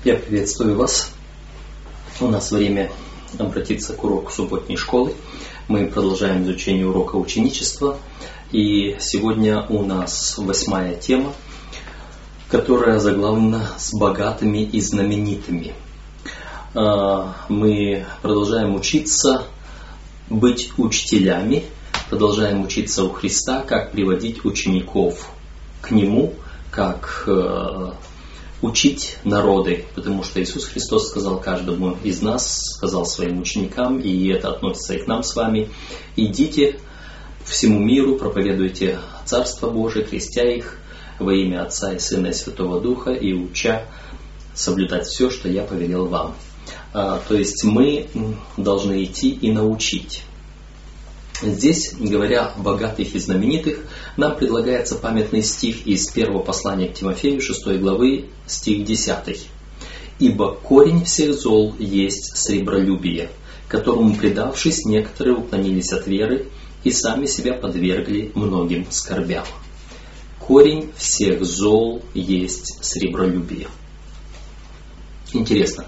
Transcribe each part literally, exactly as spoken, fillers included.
Я приветствую вас. У нас время обратиться к уроку субботней школы. Мы продолжаем изучение урока ученичества. И сегодня у нас восьмая тема, которая заглавлена «С богатыми и знаменитыми». Мы продолжаем учиться быть учителями, продолжаем учиться у Христа, как приводить учеников к Нему, как учить народы, потому что Иисус Христос сказал каждому из нас, сказал своим ученикам, и это относится и к нам с вами: идите всему миру, проповедуйте Царство Божие, крестя их во имя Отца и Сына и Святого Духа, и уча соблюдать все, что я повелел вам. А, то есть мы должны идти и научить. Здесь, говоря о богатых и знаменитых, нам предлагается памятный стих из первого послания к Тимофею, шестой главы, стих десятый. «Ибо корень всех зол есть сребролюбие, которому, предавшись, некоторые уклонились от веры и сами себя подвергли многим скорбям». Корень всех зол есть сребролюбие. Интересно,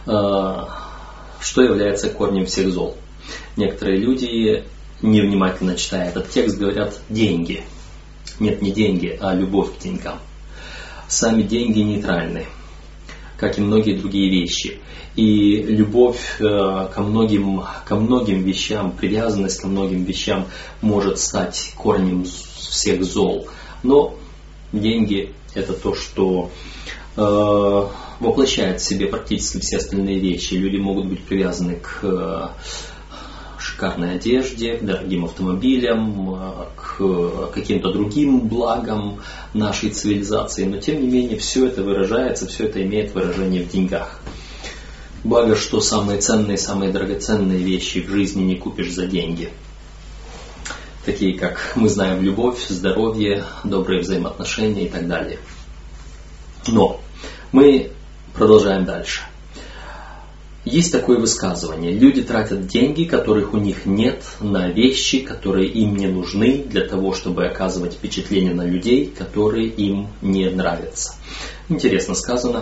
что является корнем всех зол? Некоторые люди, невнимательно читая этот текст, говорят «деньги». Нет, не деньги, а любовь к деньгам. Сами деньги нейтральны, как и многие другие вещи. И любовь ко многим, ко многим вещам, привязанность ко многим вещам может стать корнем всех зол. Но деньги – это то, что э, воплощает в себе практически все остальные вещи. Люди могут быть привязаны к э, шикарной одежде, к дорогим автомобилям, к каким-то другим благам нашей цивилизации. Но тем не менее все это выражается, все это имеет выражение в деньгах. Благо, что самые ценные, самые драгоценные вещи в жизни не купишь за деньги. Такие как, мы знаем, любовь, здоровье, добрые взаимоотношения и так далее. Но мы продолжаем дальше. Есть такое высказывание: люди тратят деньги, которых у них нет, на вещи, которые им не нужны, для того, чтобы оказывать впечатление на людей, которые им не нравятся. Интересно сказано.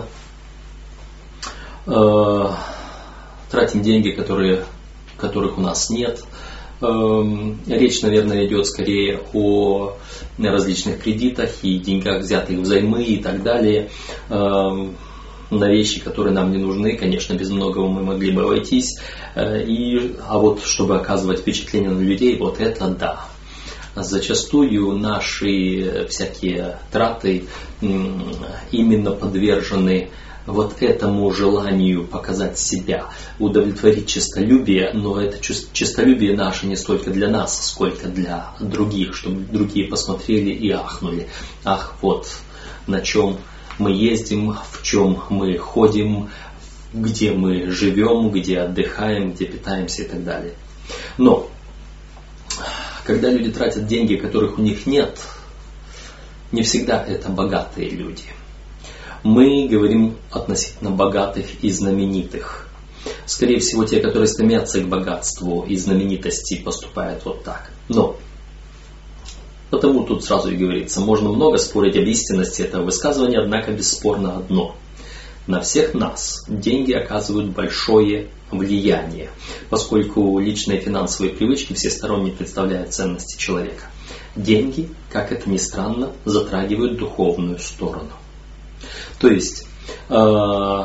Тратим деньги, которые, которых у нас нет. Речь, наверное, идет скорее о различных кредитах и деньгах, взятых взаймы и так далее. На вещи, которые нам не нужны, конечно, без многого мы могли бы обойтись. И, а вот чтобы оказывать впечатление на людей, вот это да. Зачастую наши всякие траты именно подвержены вот этому желанию показать себя, удовлетворить честолюбие, но это честолюбие наше не столько для нас, сколько для других, чтобы другие посмотрели и ахнули. Ах, вот на чем мы ездим, в чем мы ходим, где мы живем, где отдыхаем, где питаемся и так далее. Но когда люди тратят деньги, которых у них нет, не всегда это богатые люди. Мы говорим относительно богатых и знаменитых. Скорее всего, те, которые стремятся к богатству и знаменитости, поступают вот так. Но потому тут сразу и говорится, можно много спорить об истинности этого высказывания, однако бесспорно одно: на всех нас деньги оказывают большое влияние, поскольку личные финансовые привычки всесторонне представляют ценности человека. Деньги, как это ни странно, затрагивают духовную сторону. То есть э,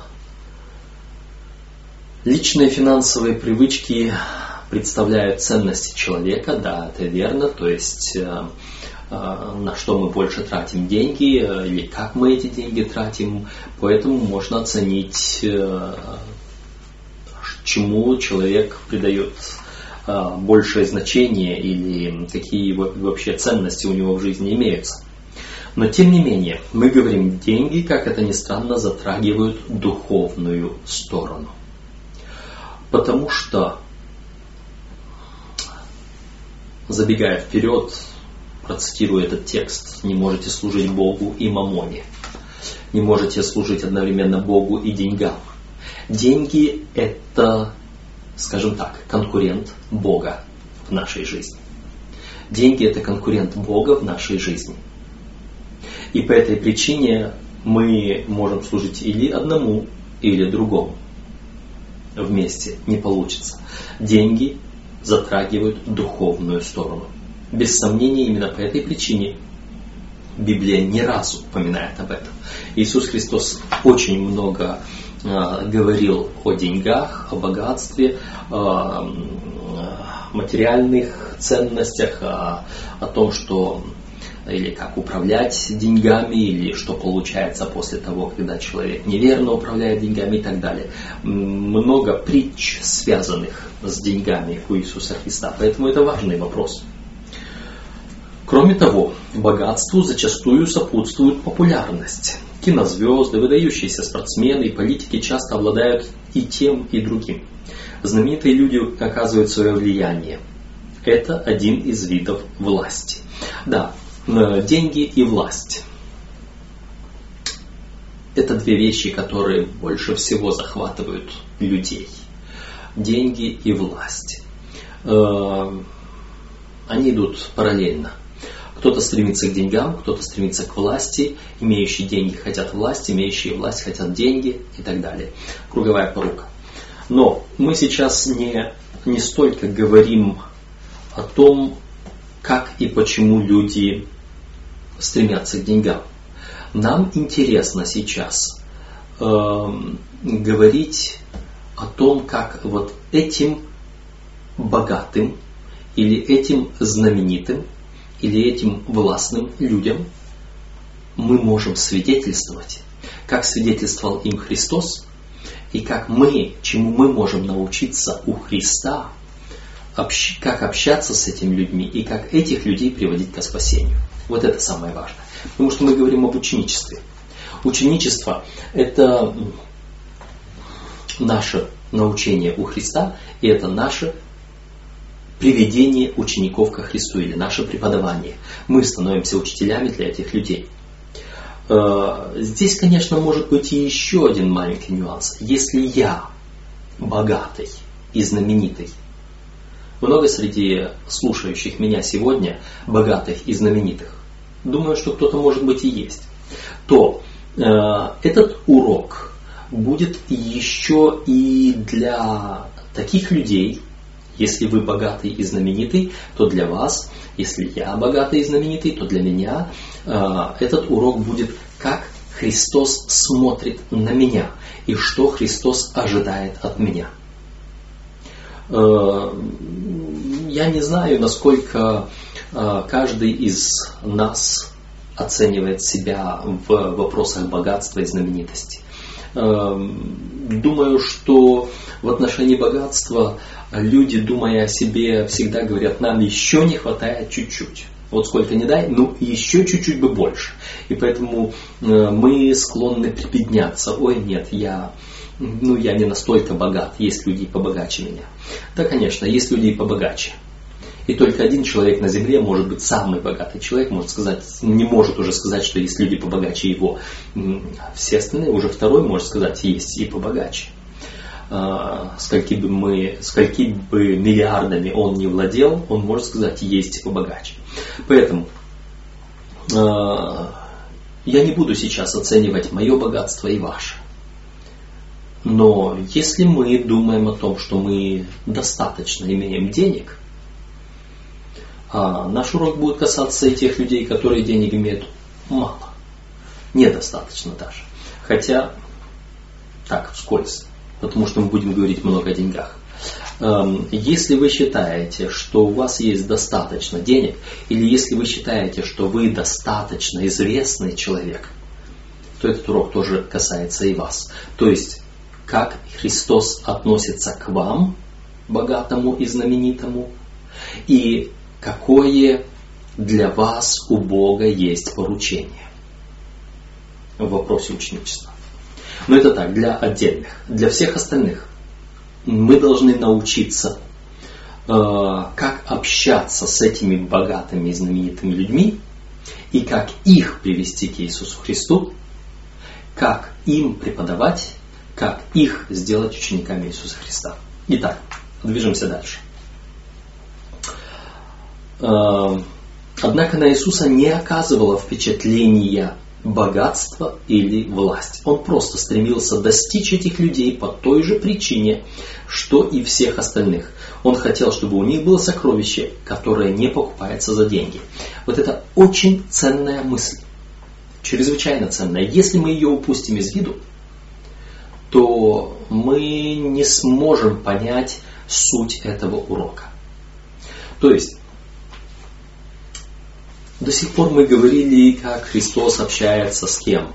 личные финансовые привычки представляют ценности человека, да, это верно, то есть э, э, на что мы больше тратим деньги, э, или как мы эти деньги тратим, поэтому можно оценить, э, чему человек придает э, большее значение или какие вообще ценности у него в жизни имеются. Но тем не менее, мы говорим, деньги, как это ни странно, затрагивают духовную сторону. Потому что, забегая вперед, процитирую этот текст: не можете служить Богу и мамоне. Не можете служить одновременно Богу и деньгам. Деньги – это, скажем так, конкурент Бога в нашей жизни. Деньги – это конкурент Бога в нашей жизни. И по этой причине Мы можем служить или одному, или другому. Вместе не получится. Деньги затрагивают духовную сторону. Без сомнения, именно по этой причине Библия не раз упоминает об этом. Иисус Христос очень много э, говорил о деньгах, о богатстве, о материальных ценностях, о, о том, что или как управлять деньгами, или что получается после того, когда человек неверно управляет деньгами и так далее. Много притч, связанных с деньгами у Иисуса Христа. Поэтому это важный вопрос. Кроме того, богатству зачастую сопутствует популярность. Кинозвезды, выдающиеся спортсмены и политики часто обладают и тем, и другим. Знаменитые люди оказывают свое влияние. Это один из видов власти. Да, деньги и власть. Это две вещи, которые больше всего захватывают людей. Деньги и власть. Они идут параллельно. Кто-то стремится к деньгам, кто-то стремится к власти. Имеющие деньги хотят власть, имеющие власть хотят деньги и так далее. Круговая порука. Но мы сейчас не, не столько говорим о том, как и почему люди стремятся к деньгам. Нам интересно сейчас э, говорить о том, как вот этим богатым или этим знаменитым или этим властным людям мы можем свидетельствовать, как свидетельствовал им Христос, и как мы, чему мы можем научиться у Христа, общ, как общаться с этими людьми и как этих людей приводить к спасению. Вот это самое важное. Потому что мы говорим об ученичестве. Ученичество – это наше научение у Христа, и это наше приведение учеников ко Христу, или наше преподавание. Мы становимся учителями для этих людей. Здесь, конечно, может быть и еще один маленький нюанс. Если я богатый и знаменитый, много среди слушающих меня сегодня богатых и знаменитых, думаю, что кто-то может быть и есть, то э, этот урок будет еще и для таких людей. Если вы богатый и знаменитый, то для вас, если я богатый и знаменитый, то для меня э, этот урок будет, как Христос смотрит на меня и что Христос ожидает от меня. Э, я не знаю, насколько э, каждый из нас оценивает себя в вопросах богатства и знаменитости. Э, думаю, что в отношении богатства люди, думая о себе, всегда говорят, нам еще не хватает чуть-чуть. Вот сколько не дай, ну еще чуть-чуть бы больше. И поэтому э, мы склонны прибедняться. Ой, нет, я, ну, я не настолько богат, есть люди побогаче меня. Да, конечно, есть люди и побогаче. И только один человек на земле может быть самый богатый человек, может сказать, не может уже сказать, что есть люди побогаче его. Все остальные, уже второй может сказать, есть и побогаче. Скольки бы, мы, скольки бы миллиардами он не владел, он может сказать, есть и побогаче. Поэтому э, я не буду сейчас оценивать мое богатство и ваше. Но если мы думаем о том, что мы достаточно имеем денег, э, наш урок будет касаться и тех людей, которые денег имеют мало. Недостаточно даже. Хотя, так, вскользь. Потому что мы будем говорить много о деньгах. Если вы считаете, что у вас есть достаточно денег, или если вы считаете, что вы достаточно известный человек, то этот урок тоже касается и вас. То есть, как Христос относится к вам, богатому и знаменитому, и какое для вас у Бога есть поручение в вопросе ученичества. Но это так, для отдельных. Для всех остальных мы должны научиться, э, как общаться с этими богатыми и знаменитыми людьми, и как их привести к Иисусу Христу, как им преподавать, как их сделать учениками Иисуса Христа. Итак, движемся дальше. Э, однако на Иисуса не оказывало впечатления богатство или власть. Он просто стремился достичь этих людей по той же причине, что и всех остальных. Он хотел, чтобы у них было сокровище, которое не покупается за деньги. Вот это очень ценная мысль. Чрезвычайно ценная. Если мы ее упустим из виду, то мы не сможем понять суть этого урока. То есть, до сих пор мы говорили, как Христос общается с кем?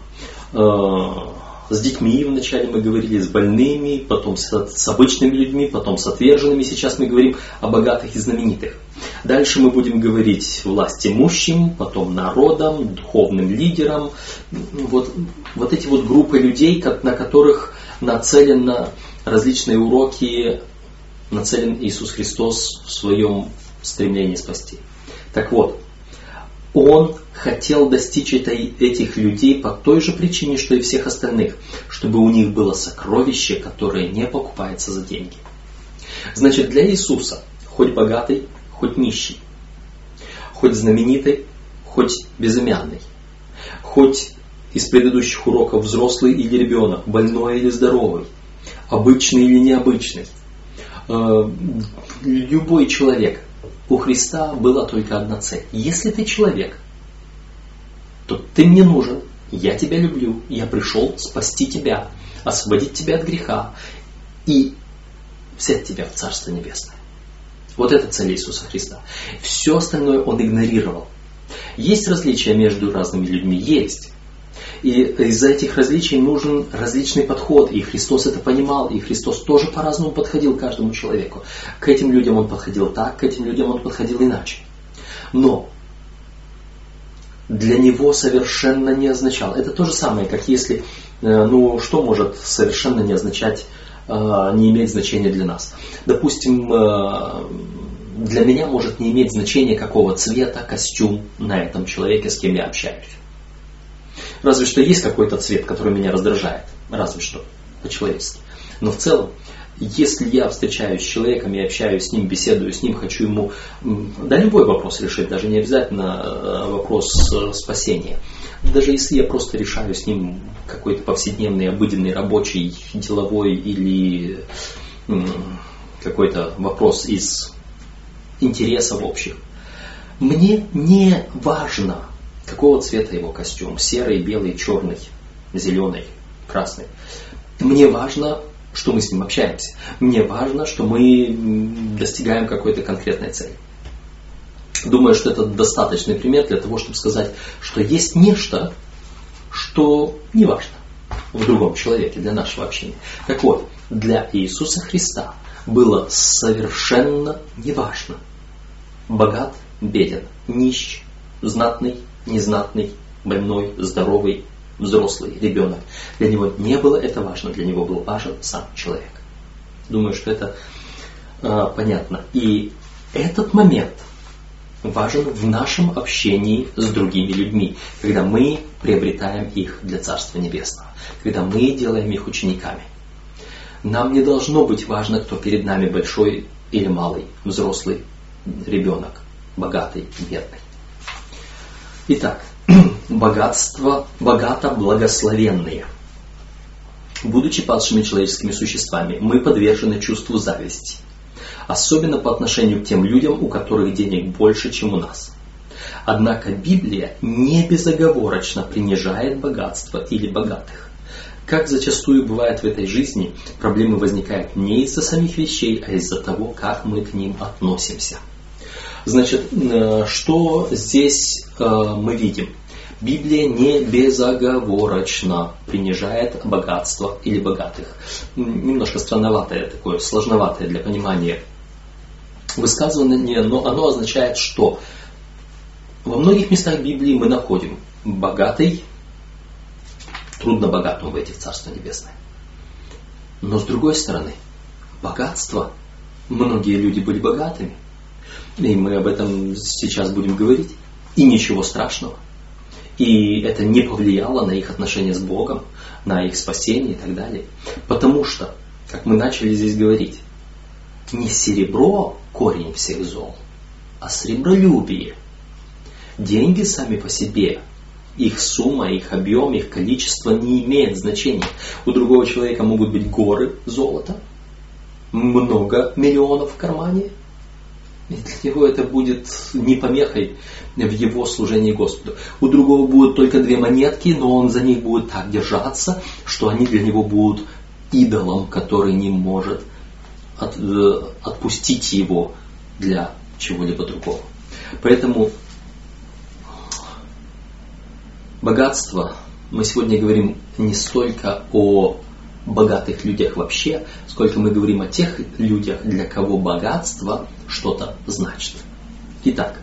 С детьми вначале мы говорили, с больными, потом с, с обычными людьми, потом с отверженными. Сейчас мы говорим о богатых и знаменитых. Дальше мы будем говорить власть имущим, потом народам, духовным лидерам. Вот, вот эти вот группы людей, на которых нацелены различные уроки, нацелен Иисус Христос в своем стремлении спасти. Так вот, Он хотел достичь этой, этих людей по той же причине, что и всех остальных, чтобы у них было сокровище, которое не покупается за деньги. Значит, для Иисуса, хоть богатый, хоть нищий, хоть знаменитый, хоть безымянный, хоть из предыдущих уроков взрослый или ребенок, больной или здоровый, обычный или необычный, э, любой человек, у Христа была только одна цель. Если ты человек, то ты мне нужен, я тебя люблю, я пришел спасти тебя, освободить тебя от греха и взять тебя в Царство Небесное. Вот это цель Иисуса Христа. Все остальное Он игнорировал. Есть различия между разными людьми? Есть. И из-за этих различий нужен различный подход. И Христос это понимал. И Христос тоже по-разному подходил к каждому человеку. К этим людям Он подходил так, к этим людям Он подходил иначе. Но для Него совершенно не означало. Это то же самое, как если, ну, что может совершенно не означать, не иметь значения для нас. Допустим, для меня может не иметь значения, какого цвета костюм на этом человеке, с кем я общаюсь. Разве что есть какой-то цвет, который меня раздражает. Разве что, по-человечески. Но в целом, если я встречаюсь с человеком, я общаюсь с ним, беседую с ним, хочу ему, да, любой вопрос решить, даже не обязательно вопрос спасения. Даже если я просто решаю с ним какой-то повседневный, обыденный, рабочий, деловой или какой-то вопрос из интересов общих, мне не важно, какого цвета его костюм, серый, белый, черный, зеленый, красный. Мне важно, что мы с ним общаемся. Мне важно, что мы достигаем какой-то конкретной цели. Думаю, что это достаточный пример для того, чтобы сказать, что есть нечто, что не важно в другом человеке для нашего общения. Так вот, для Иисуса Христа было совершенно неважно, богат, беден, нищ, знатный, незнатный, больной, здоровый, взрослый, ребенок. Для него не было это важно, для него был важен сам человек. Думаю, что это э, понятно. И этот момент важен в нашем общении с другими людьми, когда мы приобретаем их для Царства Небесного, когда мы делаем их учениками. Нам не должно быть важно, кто перед нами, большой или малый, взрослый, ребенок, богатый, бедный. Итак, богатство, богато благословенные. Будучи падшими человеческими существами, мы подвержены чувству зависти. Особенно по отношению к тем людям, у которых денег больше, чем у нас. Однако Библия не безоговорочно принижает богатство или богатых. Как зачастую бывает в этой жизни, проблемы возникают не из-за самих вещей, а из-за того, как мы к ним относимся. Значит, что здесь мы видим? Библия не безоговорочно принижает богатство или богатых. Немножко странноватое такое, сложноватое для понимания высказывание, но оно означает, что во многих местах Библии мы находим богатый, трудно богатому войти в Царство Небесное. Но с другой стороны, богатство, многие люди были богатыми, и мы об этом сейчас будем говорить, и ничего страшного. И это не повлияло на их отношения с Богом, на их спасение и так далее. Потому что, как мы начали здесь говорить, не серебро корень всех зол, а сребролюбие. Деньги сами по себе Их сумма, их объем, их количество не имеет значения. У другого человека могут быть горы золота, много миллионов в кармане. И для него это будет не помехой в его служении Господу. У другого будут только две монетки, но он за них будет так держаться, что они для него будут идолом, который не может от, отпустить его для чего-либо другого. Поэтому богатство, мы сегодня говорим не столько о богатых людях вообще, сколько мы говорим о тех людях, для кого богатство что-то значит. Итак,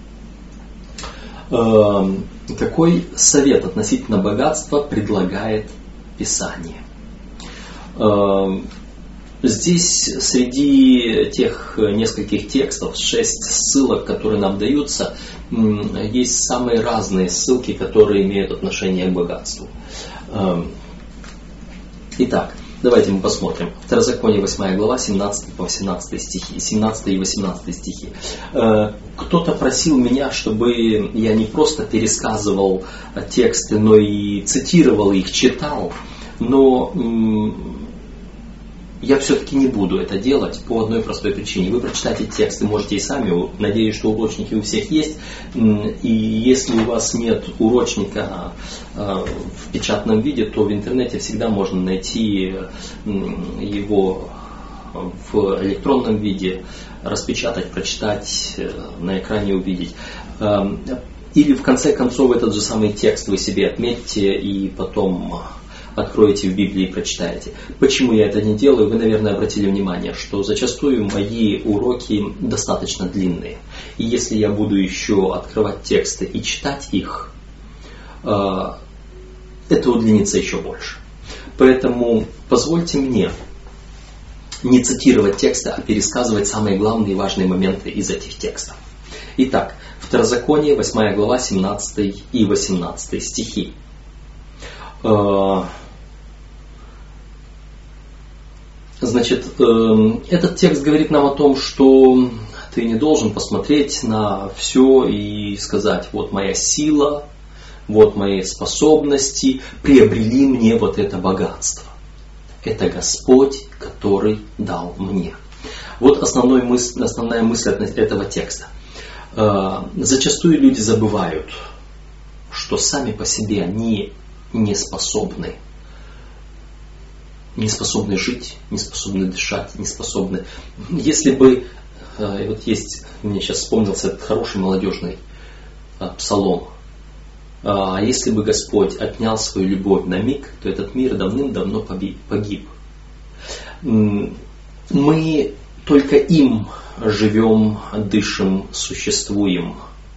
э, какой совет относительно богатства предлагает Писание? Э, здесь среди тех нескольких текстов, шесть ссылок, которые нам даются, э, есть самые разные ссылки, которые имеют отношение к богатству. Э, итак, давайте мы посмотрим. Второзаконие, восьмая глава, семнадцатый по восемнадцатый стихи, семнадцатый и восемнадцатый стихи. Кто-то просил меня, чтобы я не просто пересказывал тексты, но и цитировал их, читал. Но я все-таки не буду это делать по одной простой причине. Вы прочитайте тексты, можете и сами. Надеюсь, что урочники у всех есть. И если у вас нет урочника в печатном виде, то в интернете всегда можно найти его в электронном виде, распечатать, прочитать, на экране увидеть. Или в конце концов этот же самый текст вы себе отметьте и потом откроете в Библии и прочитаете. Почему я это не делаю? Вы, наверное, обратили внимание, что зачастую мои уроки достаточно длинные. И если я буду еще открывать тексты и читать их, это удлинится еще больше. Поэтому позвольте мне не цитировать тексты, а пересказывать самые главные и важные моменты из этих текстов. Итак, Второзаконие, восьмая глава, семнадцатый и восемнадцатый стихи. Значит, этот текст говорит нам о том, что ты не должен посмотреть на все и сказать: вот моя сила, вот мои способности приобрели мне вот это богатство. Это Господь, который дал мне. Вот основной мысль, основная мысль этого текста. Зачастую люди забывают, что сами по себе они не способны. Не способны жить, не способны дышать, не способны. Если бы, и вот есть, мне сейчас вспомнился этот хороший молодежный псалом. А если бы Господь отнял свою любовь на миг, то этот мир давным-давно погиб. Мы только им живем, дышим, существуем.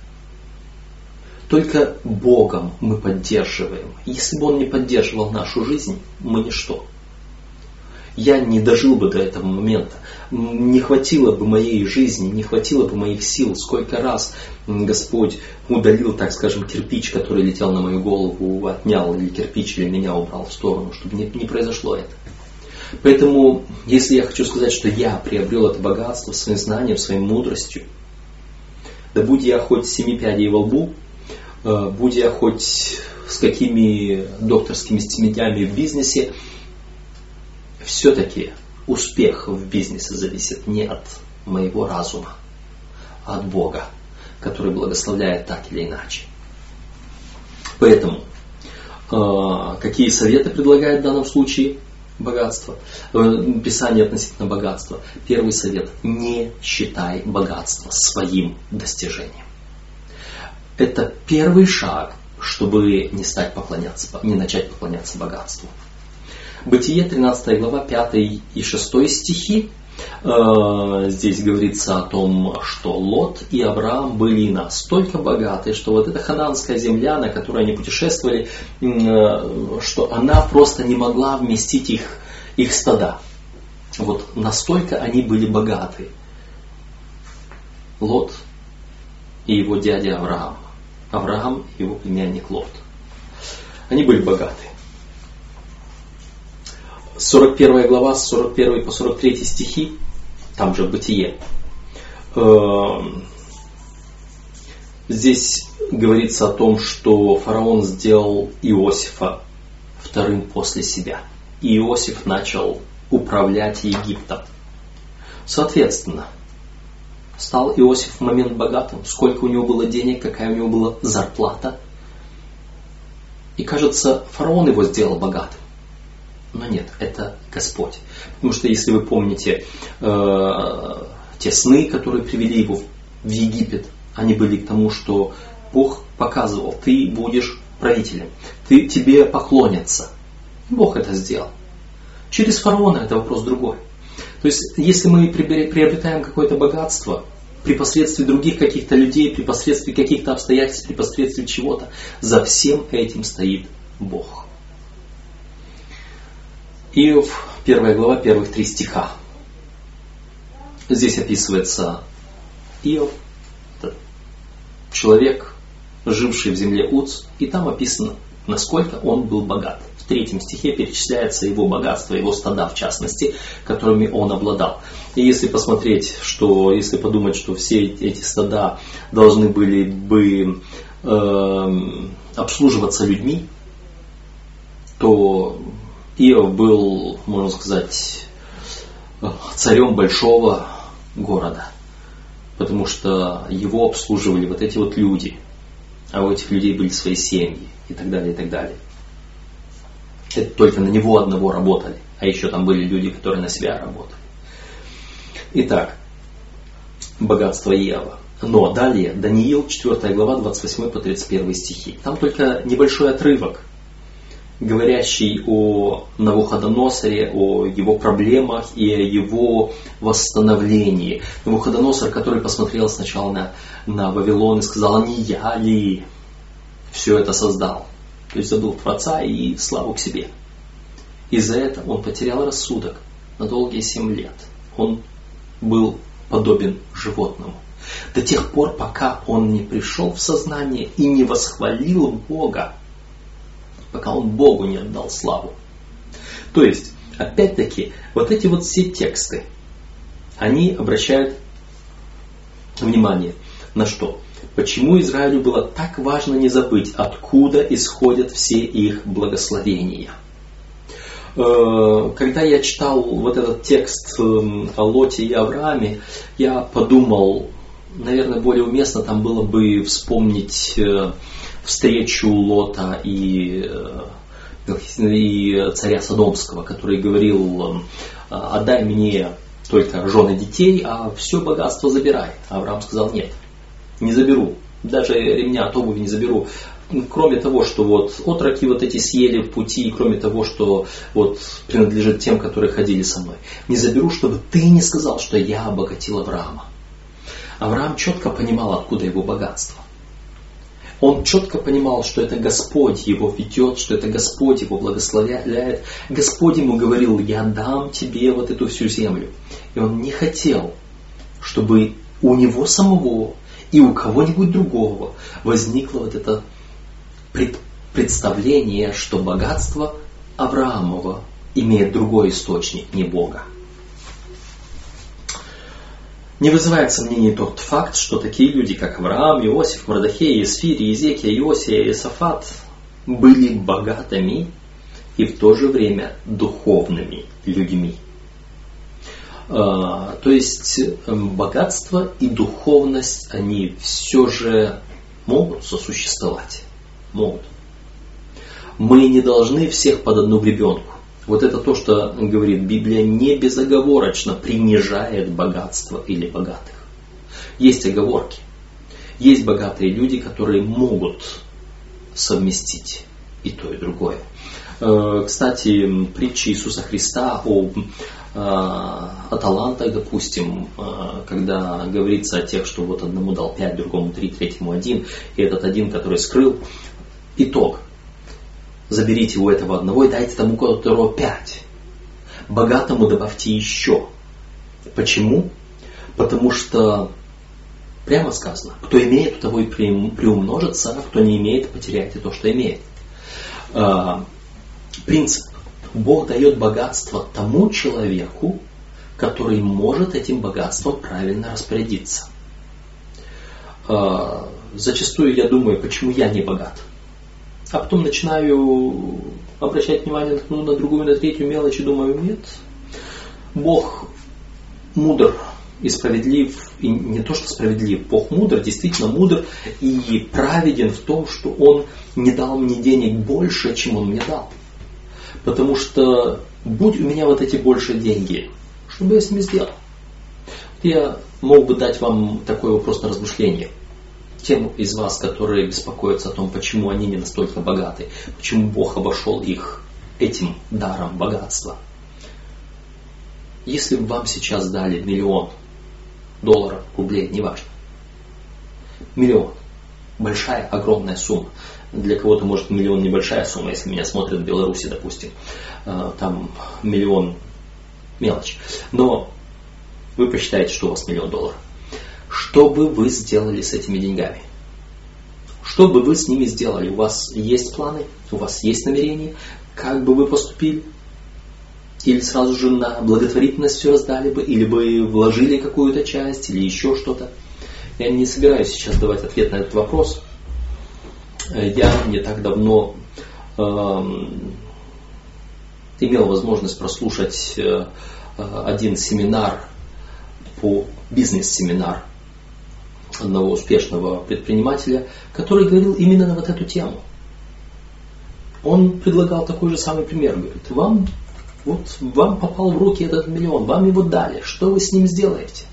Только Богом мы поддерживаем. Если бы Он не поддерживал нашу жизнь, мы ничто. Я не дожил бы до этого момента. Не хватило бы моей жизни, не хватило бы моих сил. Сколько раз Господь удалил, так скажем, кирпич, который летел на мою голову, отнял, или кирпич, или меня убрал в сторону, чтобы не, не произошло это. Поэтому, если я хочу сказать, что я приобрел это богатство своим знанием, своей мудростью, да будь я хоть семи пядей во лбу, будь я хоть с какими докторскими степенями в бизнесе, все-таки успех в бизнесе зависит не от моего разума, а от Бога, который благословляет так или иначе. Поэтому, какие советы предлагает в данном случае богатство? Писание относительно богатства. Первый совет: не считай богатство своим достижением. Это первый шаг, чтобы не стать поклоняться, не начать поклоняться богатству. Бытие, тринадцатая глава, пятый и шестой стихи. Здесь говорится о том, что Лот и Авраам были настолько богаты, что вот эта ханаанская земля, на которой они путешествовали, что она просто не могла вместить их, их стада. Вот настолько они были богаты. Лот и его дядя Авраам. Авраам и его племянник Лот. Они были богаты. сорок первая глава, с сорок первого по сорок третий стихи, там же Бытие. Здесь говорится о том, что фараон сделал Иосифа вторым после себя. И Иосиф начал управлять Египтом. Соответственно, стал Иосиф в момент богатым, сколько у него было денег, какая у него была зарплата. И кажется, фараон его сделал богатым. Но нет, это Господь. Потому что если вы помните э, те сны, которые привели его в Египет, они были к тому, что Бог показывал, ты будешь правителем, ты, тебе поклонятся. Бог это сделал. Через фараона это вопрос другой. То есть, если мы приобретаем какое-то богатство при посредстве других каких-то людей, при посредстве каких-то обстоятельств, при посредстве чего-то, за всем этим стоит Бог. Иов, первая глава, первых три стиха. Здесь описывается Иов, человек, живший в земле Уц, и там описано, насколько он был богат. В третьем стихе перечисляется его богатство, его стада в частности, которыми он обладал. И если посмотреть, что, если подумать, что все эти стада должны были бы э, обслуживаться людьми, то Иов был, можно сказать, царем большого города, потому что его обслуживали вот эти вот люди, а у этих людей были свои семьи и так далее, и так далее. Это только на него одного работали, а еще там были люди, которые на себя работали. Итак, богатство Иова. Но далее, Даниил, четвёртая глава, двадцать восьмой по тридцать первый стихи. Там только небольшой отрывок, говорящий о Навуходоносоре, о его проблемах и о его восстановлении. Навуходоносор, который посмотрел сначала на, на Вавилон и сказал, а не я ли все это создал? То есть забыл Творца и славу к себе. Из-за этого он потерял рассудок на долгие семь лет. Он был подобен животному. До тех пор, пока он не пришел в сознание и не восхвалил Бога, пока он Богу не отдал славу. То есть, опять-таки, вот эти вот все тексты, они обращают внимание на что? Почему Израилю было так важно не забыть, откуда исходят все их благословения. Когда я читал вот этот текст о Лоте и Аврааме, я подумал, наверное, более уместно там было бы вспомнить встречу Лота и, и царя Содомского, который говорил, отдай мне только жены детей, а все богатство забирай. А Авраам сказал, нет, не заберу, даже ремня от обуви не заберу. Кроме того, что вот отроки вот эти съели в пути, и кроме того, что вот принадлежит тем, которые ходили со мной. Не заберу, чтобы ты не сказал, что я обогатил Авраама. Авраам четко понимал, откуда его богатство. Он четко понимал, что это Господь его ведет, что это Господь его благословляет. Господь ему говорил, я дам тебе вот эту всю землю. И он не хотел, чтобы у него самого и у кого-нибудь другого возникло вот это представление, что богатство Авраамова имеет другой источник, не Бога. Не вызывает сомнений тот факт, что такие люди, как Авраам, Иосиф, Мордехей, Есфирь, Иезекия, Иосия и Иосафат, были богатыми и в то же время духовными людьми. То есть богатство и духовность, они все же могут сосуществовать. Могут. Мы не должны всех под одну гребенку. Вот это то, что говорит Библия, не безоговорочно принижает богатство или богатых. Есть оговорки. Есть богатые люди, которые могут совместить и то, и другое. Кстати, притча Иисуса Христа о, о талантах, допустим, когда говорится о тех, что вот одному дал пять, другому три, третьему один, и этот один, который скрыл, итог. Заберите у этого одного и дайте тому, которого пять. Богатому добавьте еще. Почему? Потому что, прямо сказано, кто имеет, у того и приумножится, а кто не имеет, потеряет и то, что имеет. Принцип. Бог дает богатство тому человеку, который может этим богатством правильно распорядиться. зачастую я думаю, почему я не богат. А потом начинаю обращать внимание ну, на другую, на третью мелочь и думаю, нет, Бог мудр и справедлив, и не то что справедлив, Бог мудр, действительно мудр и праведен в том, что Он не дал мне денег больше, чем Он мне дал. Потому что будь у меня вот эти большие деньги, что бы я с ними сделал? Я мог бы дать вам такой вопрос на размышление. Тем из вас, которые беспокоятся о том, почему они не настолько богаты, почему Бог обошел их этим даром богатства. Если бы вам сейчас дали миллион долларов, рублей, неважно. Миллион. Большая, огромная сумма. Для кого-то, может, миллион небольшая сумма, если меня смотрят в Беларуси, допустим. Там миллион мелочь. Но вы посчитаете, что у вас миллион долларов. Что бы вы сделали с этими деньгами? Что бы вы с ними сделали? У вас есть планы? У вас есть намерения? Как бы вы поступили? Или сразу же на благотворительность все раздали бы? Или бы вложили какую-то часть? Или еще что-то? Я не собираюсь сейчас давать ответ на этот вопрос. Я не так давно э, имел возможность прослушать э, один семинар, по бизнес-семинар одного успешного предпринимателя, который говорил именно на вот эту тему. Он предлагал такой же самый пример. Говорит, вам, вот, вам попал в руки этот миллион, вам его дали. Что вы с ним сделаете?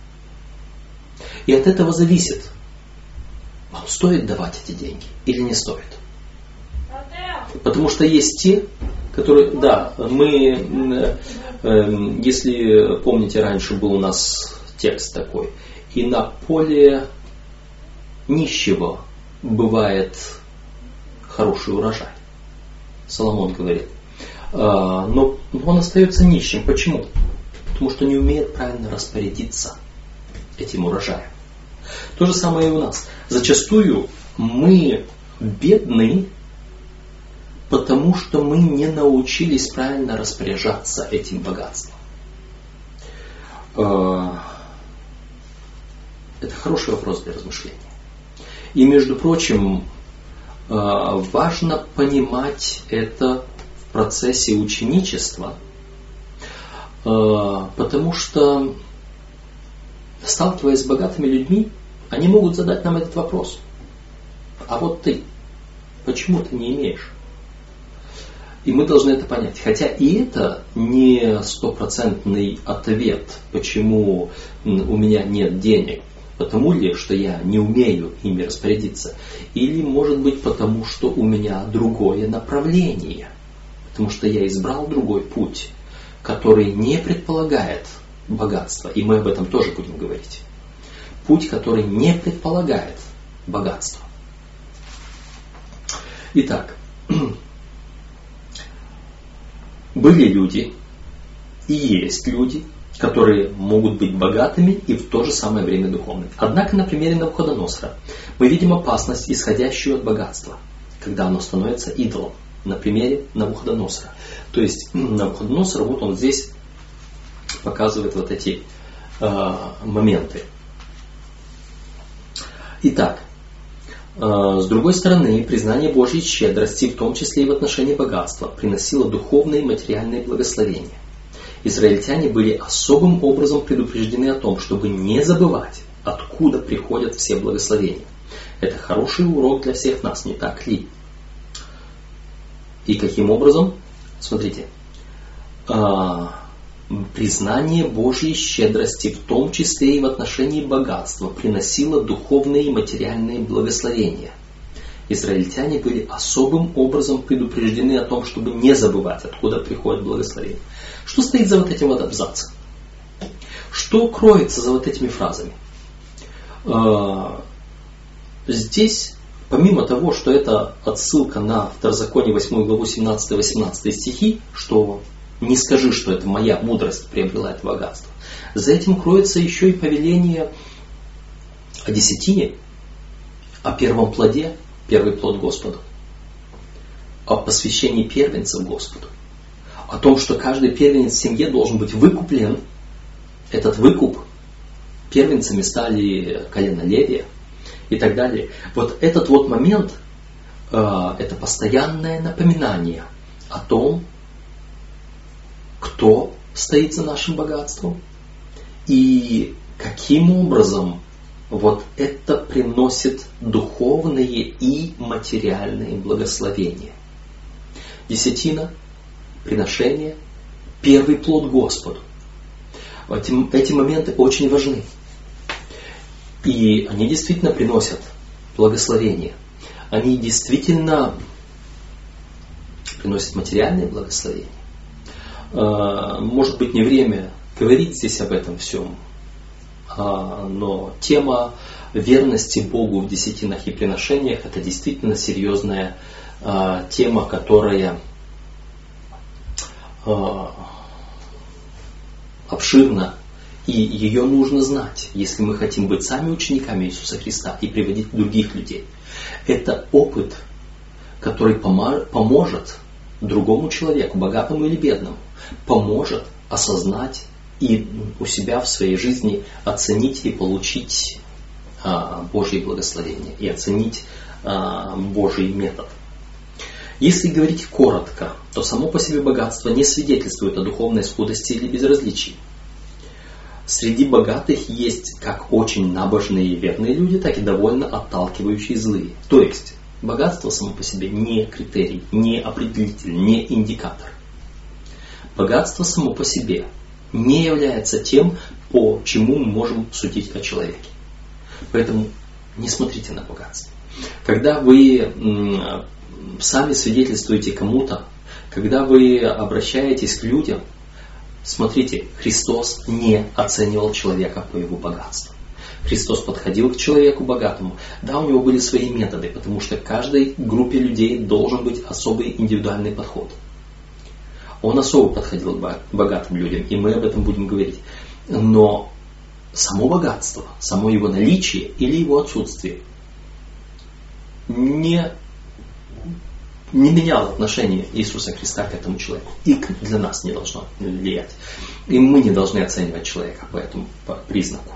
И от этого зависит, вам стоит давать эти деньги или не стоит. Потому что есть те, которые, да, мы, э, если помните, раньше был у нас текст такой, и на поле нищего бывает хороший урожай. Соломон говорит. А, но он остается нищим. Почему? Потому что не умеет правильно распорядиться этим урожаем. То же самое и у нас. Зачастую мы бедны, потому что мы не научились правильно распоряжаться этим богатством. Это хороший вопрос для размышления. И, между прочим, важно понимать это в процессе ученичества, потому что, сталкиваясь с богатыми людьми, они могут задать нам этот вопрос. А вот ты, почему ты не имеешь? И мы должны это понять. Хотя и это не стопроцентный ответ, почему у меня нет денег. Потому ли, что я не умею ими распорядиться? Или, может быть, потому что у меня другое направление? Потому что я избрал другой путь, который не предполагает богатство. И мы об этом тоже будем говорить. Путь, который не предполагает богатство. Итак, были люди и есть люди, которые могут быть богатыми и в то же самое время духовными. Однако на примере Навуходоносора мы видим опасность, исходящую от богатства, когда оно становится идолом. На примере Навуходоносора. То есть Навуходоносор, вот он здесь показывает вот эти э, моменты. Итак, э, с другой стороны, признание Божьей щедрости, в том числе и в отношении богатства, приносило духовные и материальные благословения. Израильтяне были особым образом предупреждены о том, чтобы не забывать, откуда приходят все благословения. Это хороший урок для всех нас, не так ли? И каким образом? Смотрите. Признание Божьей щедрости, в том числе и в отношении богатства, приносило духовные и материальные благословения. Израильтяне были особым образом предупреждены о том, чтобы не забывать, откуда приходят благословения. Что стоит за вот этим вот абзацем? Что кроется за вот этими фразами? Здесь, помимо того, что это отсылка на Второзаконие восьмую главу семнадцатый-восемнадцатый стихи, что не скажи, что это моя мудрость приобрела это богатство, за этим кроется еще и повеление о десятине, о первом плоде, первый плод Господу, о посвящении первенцев Господу, о том, что каждый первенец в семье должен быть выкуплен. Этот выкуп первенцами стали колено Левия, и так далее. Вот этот вот момент, э, это постоянное напоминание о том, кто стоит за нашим богатством и каким образом вот это приносит духовные и материальные благословения. Десятина, приношение, первый плод Господу. Эти, эти моменты очень важны. И они действительно приносят благословение. Они действительно приносят материальные благословения. Может быть, не время говорить здесь об этом всем, но тема верности Богу в десятинах и приношениях — это действительно серьезная тема, которая обширна, и ее нужно знать, если мы хотим быть сами учениками Иисуса Христа и приводить других людей. Это опыт, который поможет другому человеку, богатому или бедному, поможет осознать и у себя в своей жизни оценить и получить а, Божье благословение, и оценить а, Божий метод. Если говорить коротко, то само по себе богатство не свидетельствует о духовной скудости или безразличии. Среди богатых есть как очень набожные и верные люди, так и довольно отталкивающие злые. То есть, богатство само по себе не критерий, не определитель, не индикатор. Богатство само по себе не является тем, по чему мы можем судить о человеке. Поэтому не смотрите на богатство. Когда вы сами свидетельствуете кому-то, когда вы обращаетесь к людям, смотрите, Христос не оценивал человека по его богатству. Христос подходил к человеку богатому. Да, у него были свои методы, потому что к каждой группе людей должен быть особый индивидуальный подход. Он особо подходил к богатым людям, и мы об этом будем говорить. Но само богатство, само его наличие или его отсутствие не, не меняло отношение Иисуса Христа к этому человеку. И для нас не должно влиять. И мы не должны оценивать человека по этому по признаку.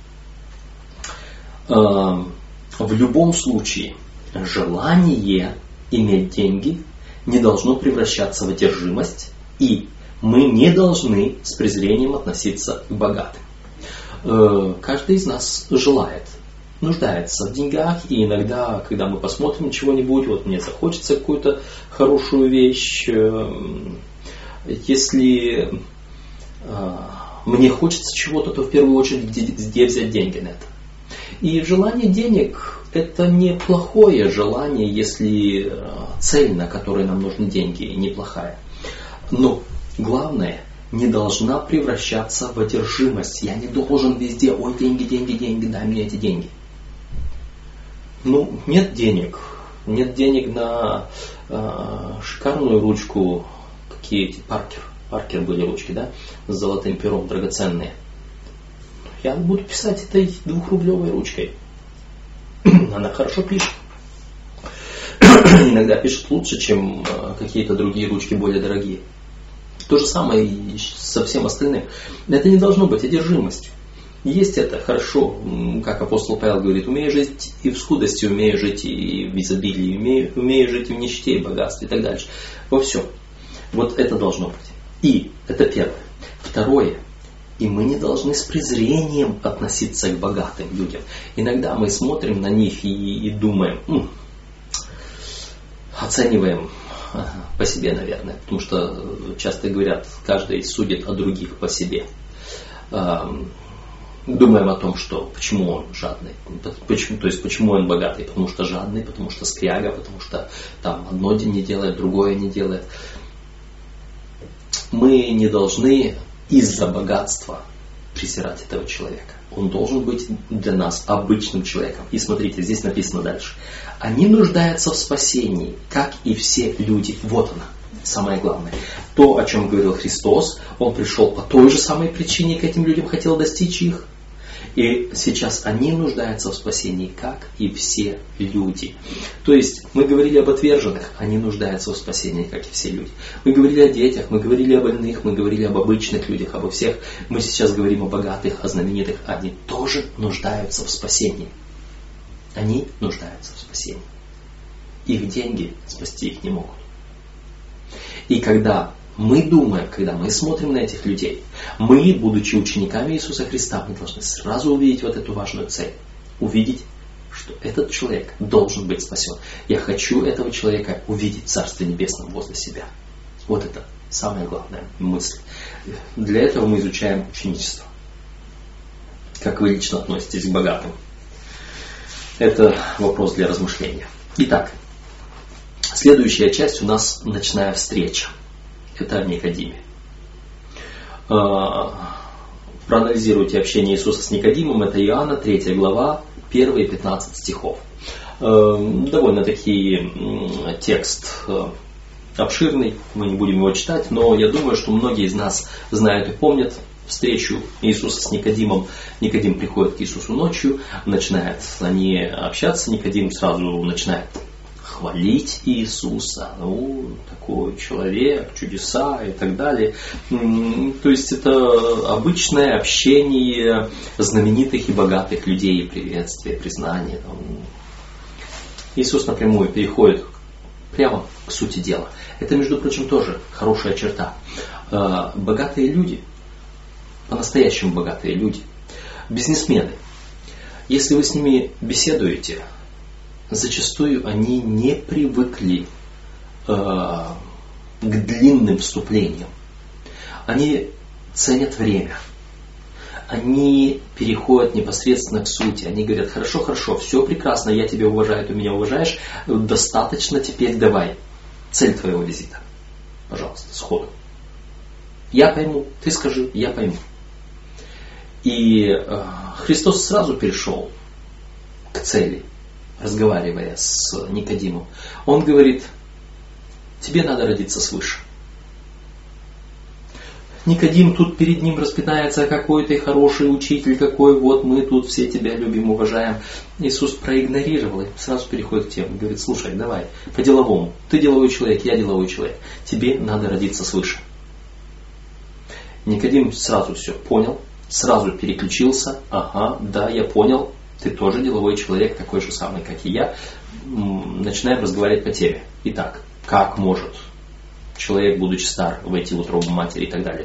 В любом случае, желание иметь деньги не должно превращаться в одержимость, и мы не должны с презрением относиться к богатым. Каждый из нас желает, нуждается в деньгах, и иногда, когда мы посмотрим чего-нибудь, вот мне захочется какую-то хорошую вещь, если мне хочется чего-то, то в первую очередь где, где взять деньги на это. И желание денег – это неплохое желание, если цель, на которой нам нужны деньги, неплохая. Но главное, не должна превращаться в одержимость. Я не должен везде, ой, деньги, деньги, деньги, дай мне эти деньги. Ну, нет денег. Нет денег на э, шикарную ручку, какие эти, Паркер. Паркер были ручки, да, с золотым пером, драгоценные. Я буду писать этой двухрублевой ручкой. Она хорошо пишет. Иногда пишет лучше, чем какие-то другие ручки более дорогие. То же самое и со всем остальным. Это не должно быть одержимостью. Есть это хорошо, как апостол Павел говорит, умею жить и в скудости, умею жить и в изобилии, умею, умею жить и в нищете, и в богатстве и так дальше. Во всем. Вот это должно быть. И это первое. Второе. И мы не должны с презрением относиться к богатым людям. Иногда мы смотрим на них и, и думаем, м, оцениваем по себе, наверное. Потому что часто говорят, каждый судит о других по себе. Думаем о том, что почему он жадный, почему, то есть почему он богатый, потому что жадный, потому что скряга, потому что там одно не делает, другое не делает. Мы не должны из-за богатства презирать этого человека. Он должен быть для нас обычным человеком. И смотрите, здесь написано дальше. Они нуждаются в спасении, как и все люди. Вот она, самое главное. То, о чем говорил Христос, Он пришел по той же самой причине, к этим людям хотел достичь их. И сейчас они нуждаются в спасении, как и все люди. То есть мы говорили об отверженных, они нуждаются в спасении, как и все люди. Мы говорили о детях, мы говорили о больных, мы говорили об обычных людях, обо всех. Мы сейчас говорим о богатых, о знаменитых. Они тоже нуждаются в спасении. Они нуждаются в спасении. Их деньги спасти их не могут. И когда мы думаем, когда мы смотрим на этих людей, мы, будучи учениками Иисуса Христа, мы должны сразу увидеть вот эту важную цель. Увидеть, что этот человек должен быть спасен. Я хочу этого человека увидеть в Царстве Небесном возле себя. Вот это самая главная мысль. Для этого мы изучаем ученичество. Как вы лично относитесь к богатым? Это вопрос для размышления. Итак, следующая часть у нас ночная встреча. Это о Никодиме. Проанализируйте общение Иисуса с Никодимом. Это Иоанна, третья глава, первые пятнадцать стихов. Довольно-таки текст обширный, мы не будем его читать, но я думаю, что многие из нас знают и помнят встречу Иисуса с Никодимом. Никодим приходит к Иисусу ночью, начинает они общаться, Никодим сразу начинает хвалить Иисуса, ну, такой человек, чудеса и так далее. То есть это обычное общение знаменитых и богатых людей, приветствие, признание. Иисус напрямую переходит прямо к сути дела. Это, между прочим, тоже хорошая черта. Богатые люди, по-настоящему богатые люди, бизнесмены, если вы с ними беседуете, зачастую они не привыкли э, к длинным вступлениям. Они ценят время. Они переходят непосредственно к сути. Они говорят: хорошо, хорошо, все прекрасно, я тебя уважаю, ты меня уважаешь, достаточно, теперь давай. Цель твоего визита. Пожалуйста, сходу. Я пойму, ты скажи, я пойму. И э, Христос сразу перешел к цели, разговаривая с Никодимом. Он говорит: тебе надо родиться свыше. Никодим тут перед ним распинается: какой ты хороший учитель, какой вот мы тут все тебя любим, уважаем. Иисус проигнорировал и сразу переходит к теме. Говорит: слушай, давай, по-деловому. Ты деловой человек, я деловой человек. Тебе надо родиться свыше. Никодим сразу все понял, сразу переключился. Ага, да, я понял. Ты тоже деловой человек, такой же самый, как и я. Начинаем разговаривать по теме. Итак, как может человек, будучи стар, войти в утробу матери и так далее.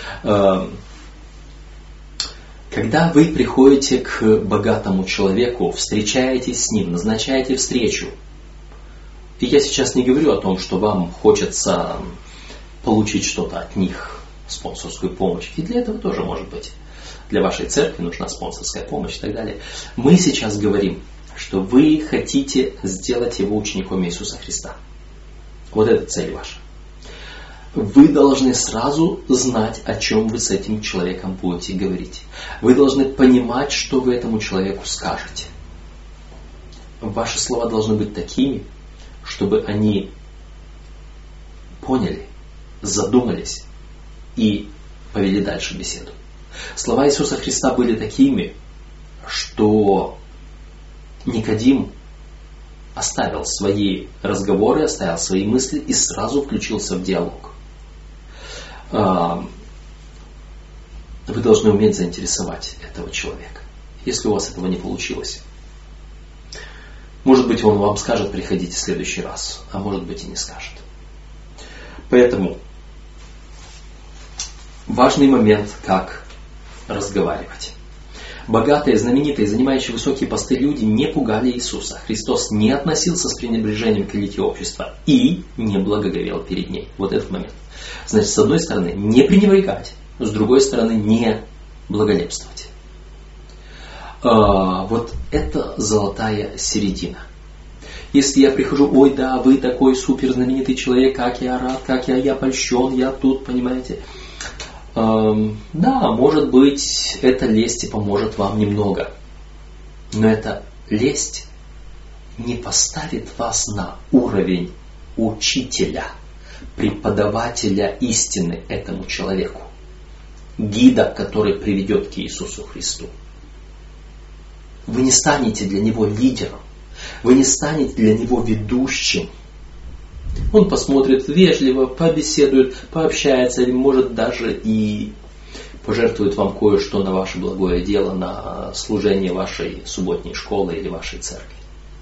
Когда вы приходите к богатому человеку, встречаетесь с ним, назначаете встречу, и я сейчас не говорю о том, что вам хочется получить что-то от них, спонсорскую помощь, и для этого тоже может быть. Для вашей церкви нужна спонсорская помощь и так далее. Мы сейчас говорим, что вы хотите сделать его учеником Иисуса Христа. Вот это цель ваша. Вы должны сразу знать, о чем вы с этим человеком будете говорить. Вы должны понимать, что вы этому человеку скажете. Ваши слова должны быть такими, чтобы они поняли, задумались и повели дальше беседу. Слова Иисуса Христа были такими, что Никодим оставил свои разговоры, оставил свои мысли и сразу включился в диалог. Вы должны уметь заинтересовать этого человека. Если у вас этого не получилось, может быть, он вам скажет: приходите в следующий раз, а может быть и не скажет. Поэтому важный момент, как разговаривать. Богатые, знаменитые, занимающие высокие посты люди не пугали Иисуса. Христос не относился с пренебрежением к элите общества и не благоговел перед ней. Вот этот момент. Значит, с одной стороны, не пренебрегать, с другой стороны, не благолепствовать. А, вот это золотая середина. Если я прихожу: ой, да, вы такой супер знаменитый человек, как я рад, как я, я польщен, я тут, понимаете. Эм, да, может быть, эта лесть и поможет вам немного. Но эта лесть не поставит вас на уровень учителя, преподавателя истины этому человеку, гида, который приведет к Иисусу Христу. Вы не станете для него лидером, вы не станете для него ведущим. Он посмотрит вежливо, побеседует, пообщается, или может даже и пожертвует вам кое-что на ваше благое дело, на служение вашей субботней школы или вашей церкви.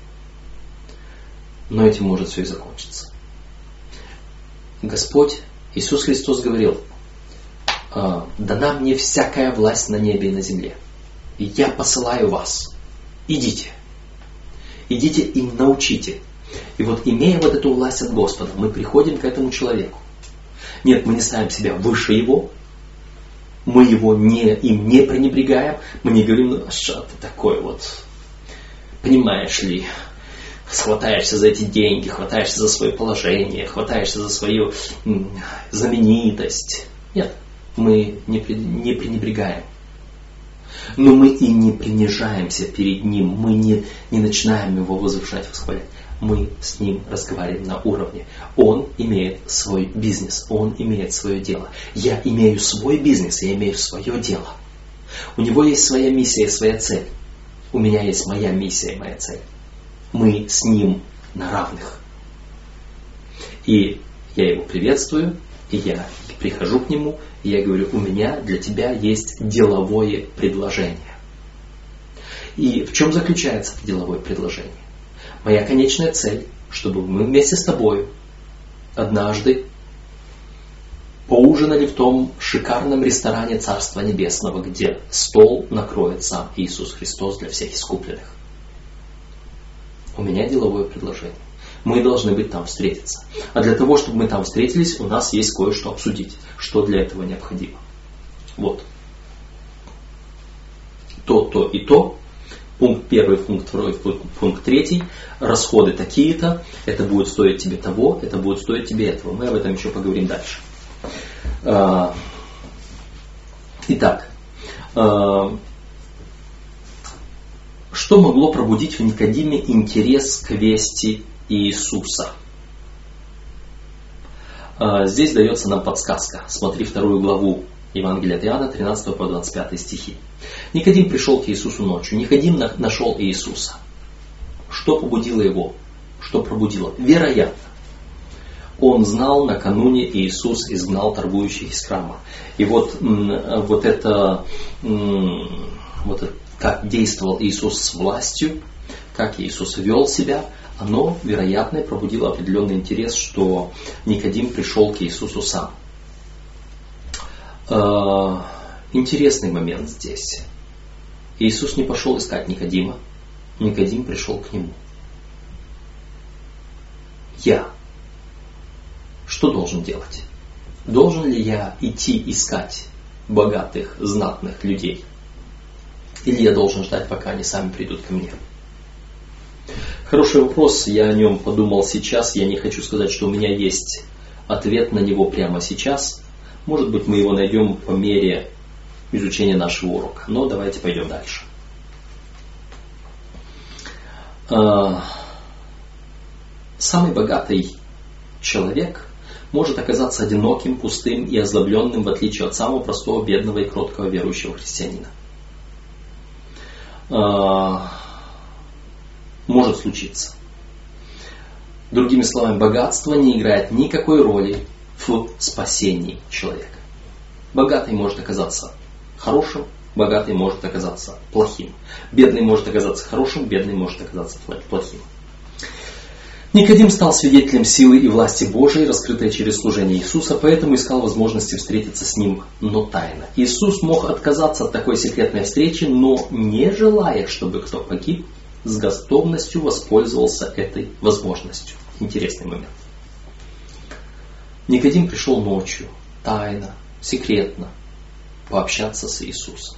Но этим может все и закончиться. Господь Иисус Христос говорил: «Дана мне всякая власть на небе и на земле. И я посылаю вас. Идите. Идите и научите». И вот, имея вот эту власть от Господа, мы приходим к этому человеку. Нет, мы не ставим себя выше его. Мы его не, им не пренебрегаем. Мы не говорим: ну что ты такой вот, понимаешь ли, хватаешься за эти деньги, хватаешься за свое положение, хватаешься за свою м, знаменитость. Нет, мы не, не пренебрегаем. Но мы и не принижаемся перед ним. Мы не, не начинаем его возвышать, восхвалять. Мы с ним разговариваем на уровне. Он имеет свой бизнес, он имеет свое дело. Я имею свой бизнес, я имею свое дело. У него есть своя миссия и своя цель. У меня есть моя миссия и моя цель. Мы с ним на равных. И я его приветствую, и я прихожу к нему, и я говорю: у меня для тебя есть деловое предложение. И в чем заключается это деловое предложение? Моя конечная цель, чтобы мы вместе с тобой однажды поужинали в том шикарном ресторане Царства Небесного, где стол накроет сам Иисус Христос для всех искупленных. У меня деловое предложение. Мы должны быть там встретиться. А для того, чтобы мы там встретились, у нас есть кое-что обсудить, что для этого необходимо. Вот. То, то и то. Пункт первый, пункт второй, пункт третий. Расходы такие-то. Это будет стоить тебе того, это будет стоить тебе этого. Мы об этом еще поговорим дальше. Итак. Что могло пробудить в Никодиме интерес к вести Иисуса? Здесь дается нам подсказка. Смотри вторую главу Евангелия от Иоанна, тринадцатый по двадцать пятый стихи. Никодим пришел к Иисусу ночью. Никодим нашел Иисуса. Что побудило его? Что пробудило? Вероятно, он знал, накануне Иисус изгнал торгующих из храма. И вот, вот это, вот это, как действовал Иисус с властью, как Иисус вел себя, оно, вероятно, пробудило определенный интерес, что Никодим пришел к Иисусу сам. Интересный момент здесь. Иисус не пошел искать Никодима, Никодим пришел к нему. Я что должен делать? Должен ли я идти искать богатых, знатных людей? Или я должен ждать, пока они сами придут ко мне? Хороший вопрос, я о нем подумал сейчас. Я не хочу сказать, что у меня есть ответ на него прямо сейчас. Может быть, мы его найдем по мере изучения нашего урока. Но давайте пойдем дальше. Самый богатый человек может оказаться одиноким, пустым и озлобленным, в отличие от самого простого, бедного и кроткого верующего христианина. Может случиться. Другими словами, богатство не играет никакой роли в спасении человека. Богатый может оказаться хорошим, богатый может оказаться плохим. Бедный может оказаться хорошим, бедный может оказаться плохим. Никодим стал свидетелем силы и власти Божией, раскрытой через служение Иисуса, поэтому искал возможности встретиться с Ним, но тайно. Иисус мог отказаться от такой секретной встречи, но не желая, чтобы кто погиб, с готовностью воспользовался этой возможностью. Интересный момент. Никодим пришел ночью, тайно, секретно, пообщаться с Иисусом.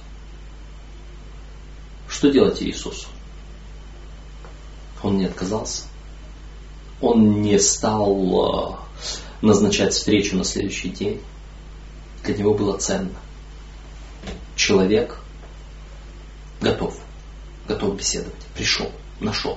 Что делать Иисусу? Он не отказался. Он не стал назначать встречу на следующий день. Для него было ценно. Человек готов. Готов беседовать. Пришел. Нашел.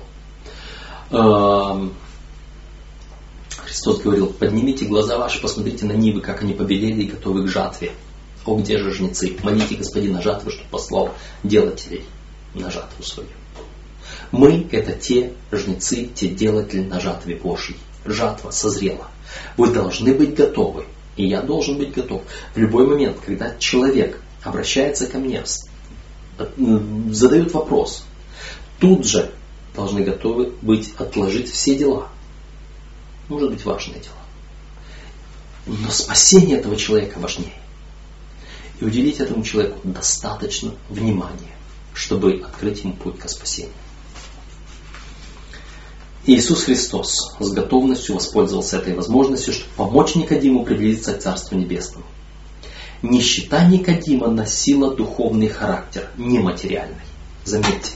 Христос говорил: поднимите глаза ваши, посмотрите на нивы, как они побелели и готовы к жатве. О, где же жнецы? Молите Господина жатвы, чтобы послал делателей на жатву свою. Мы – это те жнецы, те делатели на жатве Божьей. Жатва созрела. Вы должны быть готовы. И я должен быть готов. В любой момент, когда человек обращается ко мне, задает вопрос, тут же должны готовы быть отложить все дела. Может быть, важные дела. Но спасение этого человека важнее. И уделить этому человеку достаточно внимания, чтобы открыть ему путь к спасению. Иисус Христос с готовностью воспользовался этой возможностью, чтобы помочь Никодиму приблизиться к Царству Небесному. Нищета Никодима носила духовный характер, нематериальный. Заметьте,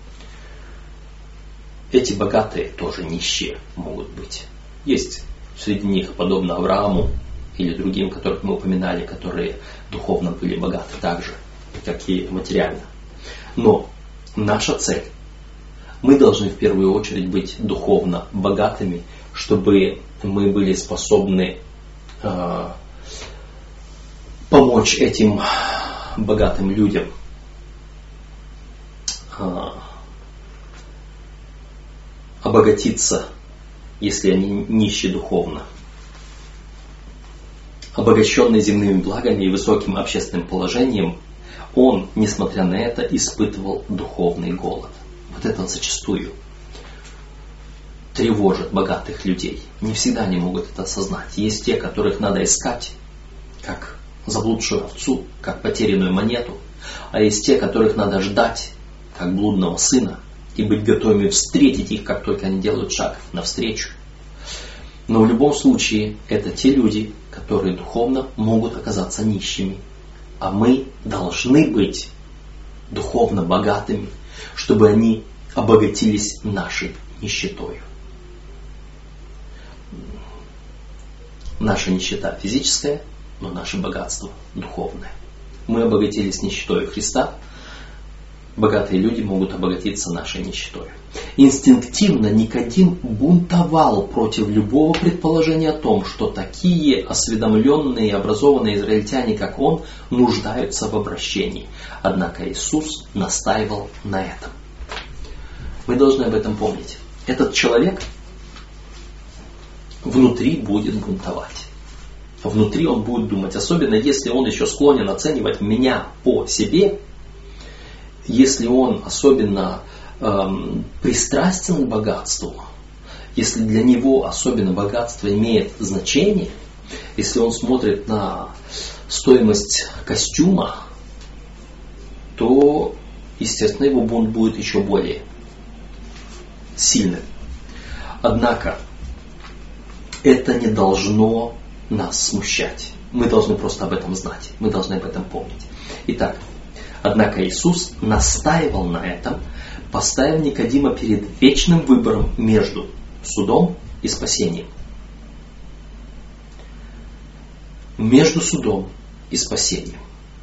эти богатые тоже нищие могут быть. Есть среди них, подобно Аврааму или другим, которых мы упоминали, которые духовно были богаты так же, как и материально. Но наша цель, мы должны в первую очередь быть духовно богатыми, чтобы мы были способны э, помочь этим богатым людям э, обогатиться, если они нищи духовно. Обогащенный земными благами и высоким общественным положением, он, несмотря на это, испытывал духовный голод. Вот это зачастую тревожит богатых людей. Не всегда они могут это осознать. Есть те, которых надо искать, как заблудшую овцу, как потерянную монету. А есть те, которых надо ждать, как блудного сына, и быть готовыми встретить их, как только они делают шаг навстречу. Но в любом случае, это те люди, которые духовно могут оказаться нищими. А мы должны быть духовно богатыми, чтобы они обогатились нашей нищетою. Наша нищета физическая, но наше богатство духовное. Мы обогатились нищетой Христа. Богатые люди могут обогатиться нашей нищетой. Инстинктивно Никодим бунтовал против любого предположения о том, что такие осведомленные и образованные израильтяне, как он, нуждаются в обращении. Однако Иисус настаивал на этом. Мы должны об этом помнить. Этот человек внутри будет бунтовать. Внутри он будет думать, особенно если он еще склонен оценивать меня по себе, если он особенно эм, пристрастен к богатству, если для него особенно богатство имеет значение, если он смотрит на стоимость костюма, то, естественно, его бунт будет еще более сильным. Однако, это не должно нас смущать. Мы должны просто об этом знать. Мы должны об этом помнить. Итак, однако Иисус настаивал на этом, поставив Никодима перед вечным выбором между судом и спасением. Между судом и спасением.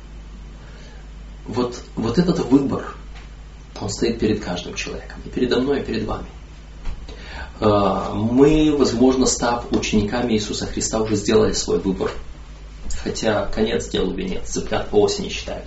Вот, вот этот выбор, он стоит перед каждым человеком. И передо мной, и перед вами. Мы, возможно, став учениками Иисуса Христа, уже сделали свой выбор. Хотя конец делу венец, цыплят по осени считают.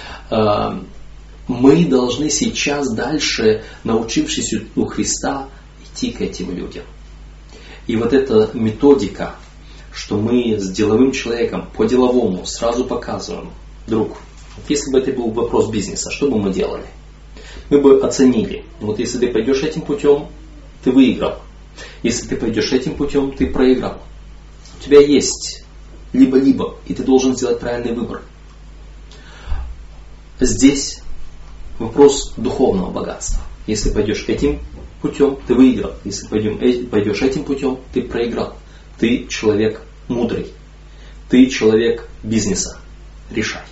Мы должны сейчас дальше, научившись у Христа, идти к этим людям. И вот эта методика, что мы с деловым человеком по-деловому сразу показываем: друг, если бы это был вопрос бизнеса, что бы мы делали? Мы бы оценили, вот если ты пойдешь этим путем, ты выиграл. Если ты пойдешь этим путем, ты проиграл. У тебя есть либо-либо, и ты должен сделать правильный выбор. Здесь вопрос духовного богатства. Если пойдешь этим путем, ты выиграл. Если пойдешь этим путем, ты проиграл. Ты человек мудрый. Ты человек бизнеса. Решай.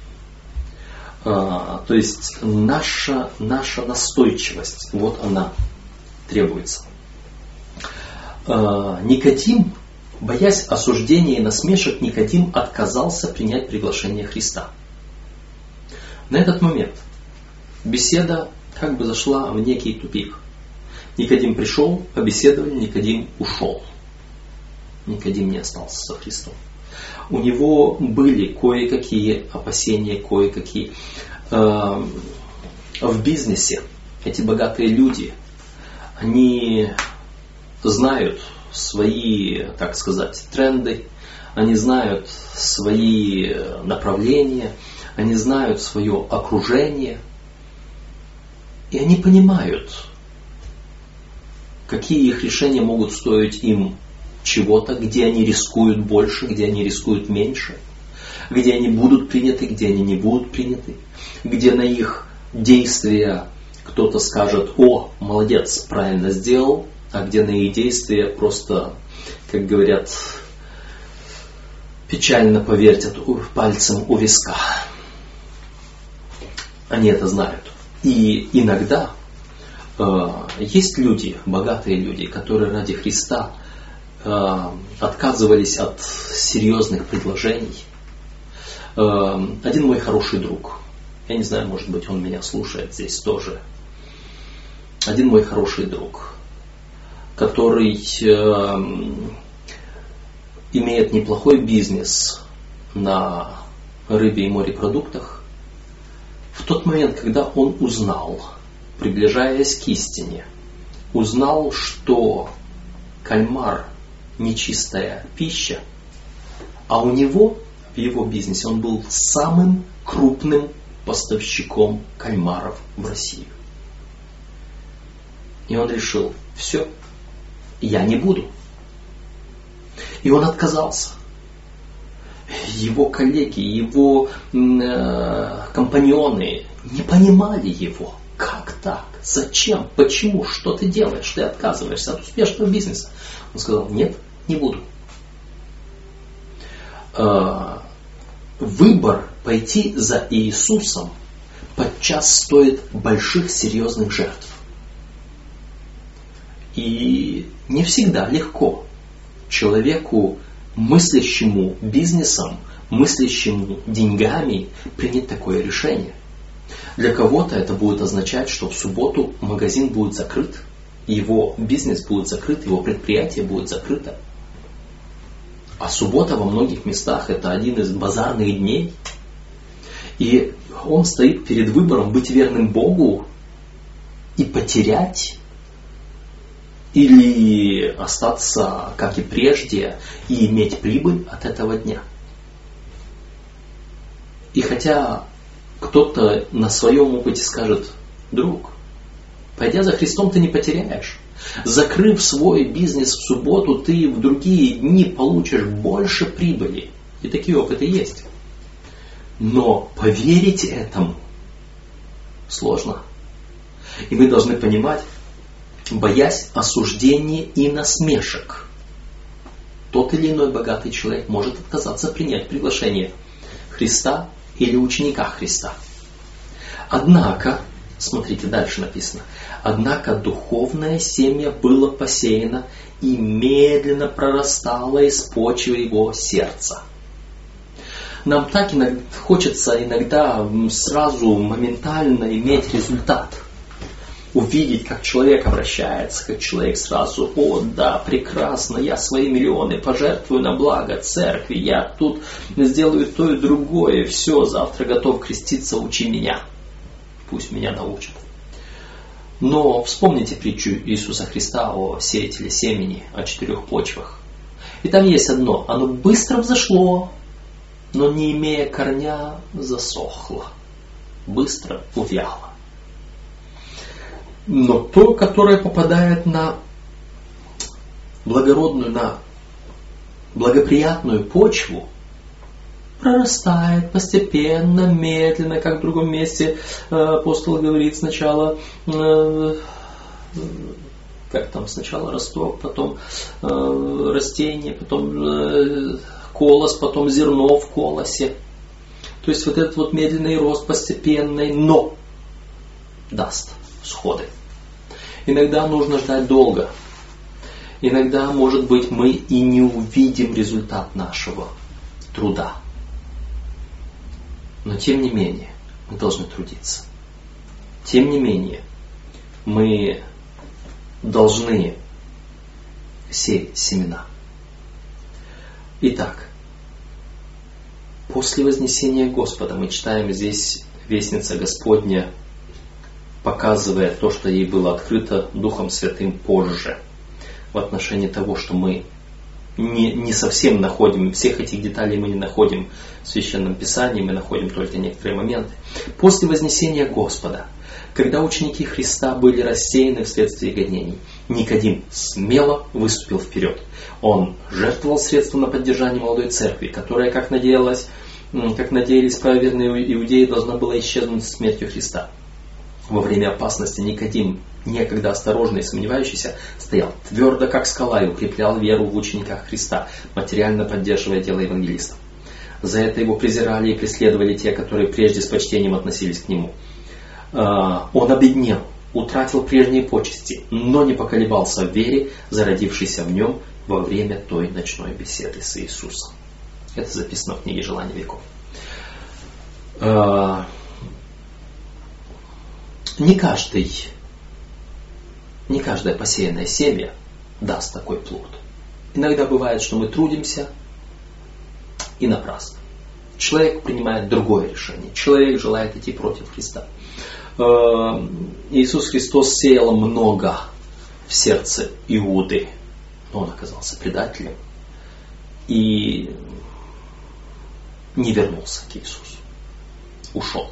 А, то есть наша, наша настойчивость, вот она требуется. А, Никодим, боясь осуждения и насмешек, Никодим отказался принять приглашение Христа. На этот момент беседа как бы зашла в некий тупик. Никодим пришел, побеседовали, Никодим ушел. Никодим не остался со Христом. У него были кое-какие опасения, кое-какие. Э, в бизнесе эти богатые люди, они знают свои, так сказать, тренды, они знают свои направления, они знают свое окружение, и они понимают, какие их решения могут стоить им чего-то, где они рискуют больше, где они рискуют меньше, где они будут приняты, где они не будут приняты, где на их действия кто-то скажет: «О, молодец, правильно сделал», а где на их действия просто, как говорят, печально повертят пальцем у виска. Они это знают. И иногда э, есть люди, богатые люди, которые ради Христа э, отказывались от серьезных предложений. Э, один мой хороший друг, я не знаю, может быть, он меня слушает здесь тоже. Один мой хороший друг, который э, имеет неплохой бизнес на рыбе и морепродуктах, в тот момент, когда он узнал, приближаясь к истине, узнал, что кальмар нечистая пища, а у него в его бизнесе он был самым крупным поставщиком кальмаров в Россию. И он решил: все, я не буду. И он отказался. Его коллеги, его э, компаньоны не понимали его. Как так? Зачем? Почему? Что ты делаешь? Ты отказываешься от успешного бизнеса. Он сказал: нет, не буду. Э, выбор пойти за Иисусом подчас стоит больших серьезных жертв. И не всегда легко человеку, мыслящему бизнесом, мыслящему деньгами, принять такое решение. Для кого-то это будет означать, что в субботу магазин будет закрыт, его бизнес будет закрыт, его предприятие будет закрыто. А суббота во многих местах это один из базарных дней. И он стоит перед выбором быть верным Богу и потерять, или остаться, как и прежде, и иметь прибыль от этого дня. И хотя кто-то на своем опыте скажет: друг, пойдя за Христом, ты не потеряешь. Закрыв свой бизнес в субботу, ты в другие дни получишь больше прибыли. И такие опыты есть. Но поверить этому сложно. И мы должны понимать, боясь осуждения и насмешек, тот или иной богатый человек может отказаться принять приглашение Христа или ученика Христа. Однако, смотрите, дальше написано: однако духовное семя было посеяно и медленно прорастало из почвы его сердца. Нам так иногда хочется иногда сразу моментально иметь результат. Увидеть, как человек обращается, как человек сразу: о, да, прекрасно, я свои миллионы пожертвую на благо церкви, я тут сделаю то и другое, все, завтра готов креститься, учи меня. Пусть меня научат. Но вспомните притчу Иисуса Христа о сеятеле семени, о четырех почвах. И там есть одно: оно быстро взошло, но не имея корня, засохло, быстро увяло. Но то, которое попадает на благородную, на благоприятную почву, прорастает постепенно, медленно, как в другом месте апостол говорит: сначала, как там, сначала росток, потом растение, потом колос, потом зерно в колосе. То есть вот этот вот медленный рост, постепенный, но даст всходы. Иногда нужно ждать долго. Иногда, может быть, мы и не увидим результат нашего труда. Но тем не менее, мы должны трудиться. Тем не менее, мы должны сеять семена. Итак, после вознесения Господа мы читаем здесь вестница Господня, показывая то, что ей было открыто Духом Святым позже, в отношении того, что мы не, не совсем находим, всех этих деталей мы не находим в Священном Писании, мы находим только некоторые моменты. После вознесения Господа, когда ученики Христа были рассеяны вследствие гонений, Никодим смело выступил вперед. Он жертвовал средства на поддержание молодой церкви, которая, как надеялась, как надеялись правоверные иудеи, должна была исчезнуть смертью Христа. Во время опасности Никодим, некогда осторожный и сомневающийся, стоял твердо, как скала, и укреплял веру в учениках Христа, материально поддерживая дело евангелиста. За это его презирали и преследовали те, которые прежде с почтением относились к нему. Он обеднел, утратил прежние почести, но не поколебался в вере, зародившейся в нем во время той ночной беседы с Иисусом. Это записано в книге «Желания веков». Не каждый, не каждая посеянная семя даст такой плод. Иногда бывает, что мы трудимся и напрасно. Человек принимает другое решение. Человек желает идти против Христа. Иисус Христос сеял много в сердце Иуды, но он оказался предателем и не вернулся к Иисусу. Ушел.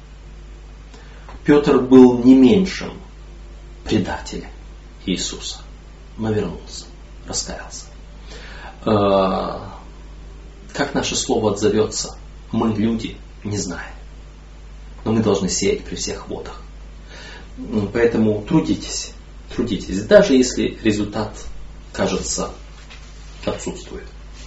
Петр был не меньшим предателем Иисуса, но вернулся, раскаялся. Как наше слово отзовется, мы, люди, не знаем. Но мы должны сеять при всех водах. Поэтому трудитесь, трудитесь, даже если результат, кажется, отсутствует.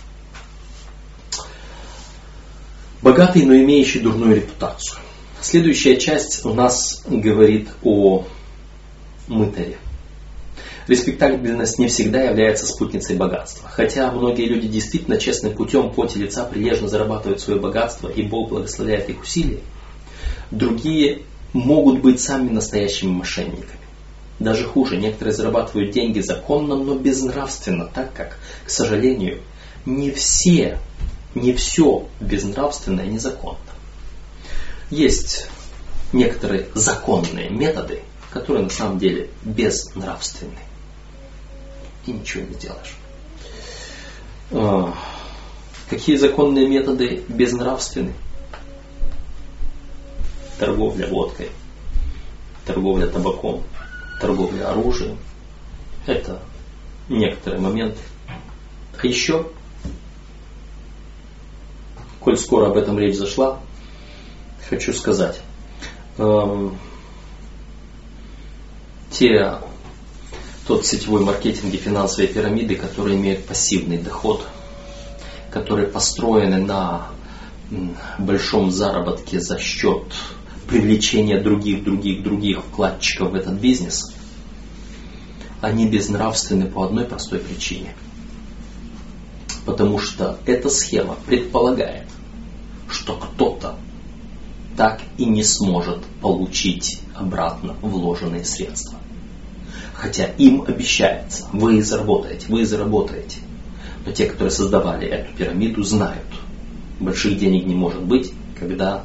Богатый, но имеющий дурную репутацию. Следующая часть у нас говорит о мытаре. Респектабельность не всегда является спутницей богатства. Хотя многие люди действительно честным путем в поте лица прилежно зарабатывают свое богатство, и Бог благословляет их усилия, другие могут быть самыми настоящими мошенниками. Даже хуже, некоторые зарабатывают деньги законно, но безнравственно, так как, к сожалению, не все, не все безнравственное незаконно. Есть некоторые законные методы, которые на самом деле безнравственны. И ничего не сделаешь. Какие законные методы безнравственны? Торговля водкой, торговля табаком, торговля оружием. Это некоторые моменты. А еще, коль скоро об этом речь зашла, хочу сказать, эм, те, тот сетевой маркетинг и финансовые пирамиды, которые имеют пассивный доход, которые построены на большом заработке за счет привлечения других, других, других вкладчиков в этот бизнес, они безнравственны по одной простой причине. Потому что эта схема предполагает, что кто-то так и не сможет получить обратно вложенные средства. Хотя им обещается, вы заработаете, вы заработаете. Но те, которые создавали эту пирамиду, знают, больших денег не может быть, когда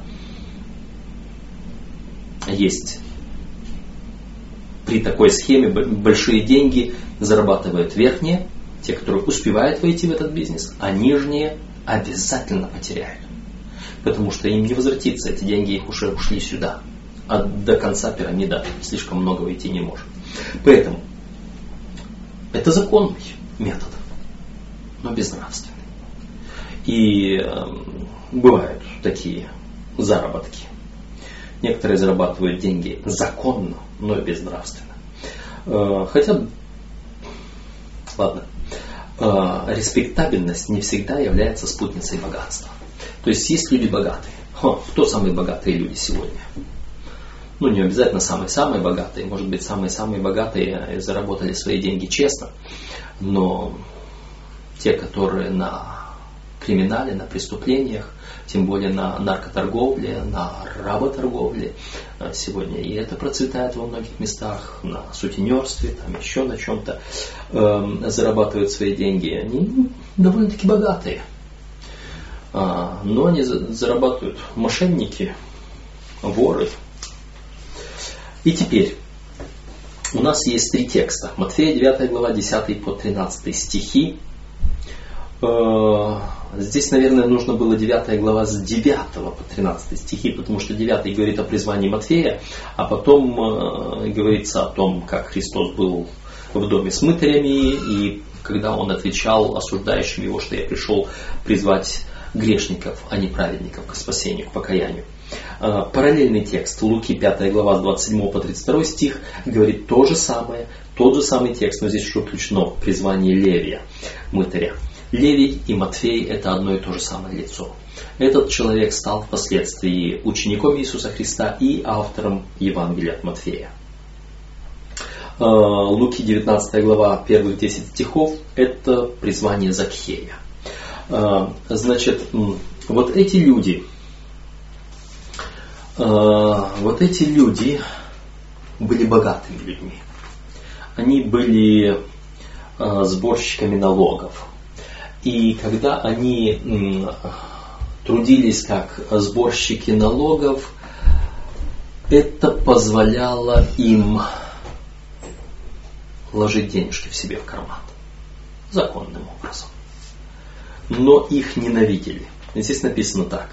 есть при такой схеме большие деньги зарабатывают верхние, те, которые успевают войти в этот бизнес, а нижние обязательно потеряют. Потому что им не возвратится, эти деньги их уже ушли сюда. А до конца пирамида слишком много войти не может. Поэтому это законный метод, но безнравственный. И э, бывают такие заработки. Некоторые зарабатывают деньги законно, но безнравственно. Э, хотя, ладно, э, респектабельность не всегда является спутницей богатства. То есть есть люди богатые. Хо, кто самые богатые люди сегодня? Ну, не обязательно самые-самые богатые. Может быть, самые-самые богатые заработали свои деньги честно. Но те, которые на криминале, на преступлениях, тем более на наркоторговле, на работорговле, сегодня и это процветает во многих местах, на сутенерстве, там еще на чем-то э, зарабатывают свои деньги. Они довольно-таки богатые. А, но они зарабатывают мошенники, воры. И теперь у нас есть три текста. Матфея девятая глава, десятый по тринадцатый стихи. Здесь, наверное, нужно было девятая глава с девятого по тринадцатый стихи, потому что девятый говорит о призвании Матфея, а потом говорится о том, как Христос был в доме с мытарями, и когда Он отвечал осуждающим Его, что я пришел призвать грешников, а не праведников к спасению, к покаянию. Параллельный текст Луки пятая глава с двадцать седьмого по тридцать второй стих говорит то же самое, тот же самый текст, но здесь еще включено призвание Левия, мытаря. Левий и Матфей – это одно и то же самое лицо. Этот человек стал впоследствии учеником Иисуса Христа и автором Евангелия от Матфея. Луки девятнадцатая глава, первых десять стихов – это призвание Закхея. Значит, вот эти люди, вот эти люди были богатыми людьми. Они были сборщиками налогов. И когда они трудились как сборщики налогов, это позволяло им ложить денежки в себе в карман. Законным образом. Но их ненавидели. Здесь написано так.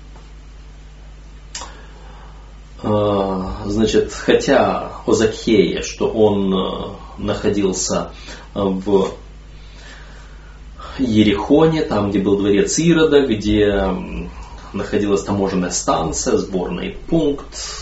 Значит, хотя о Закхее, что он находился в Ерихоне, там, где был дворец Ирода, где находилась таможенная станция, сборный пункт.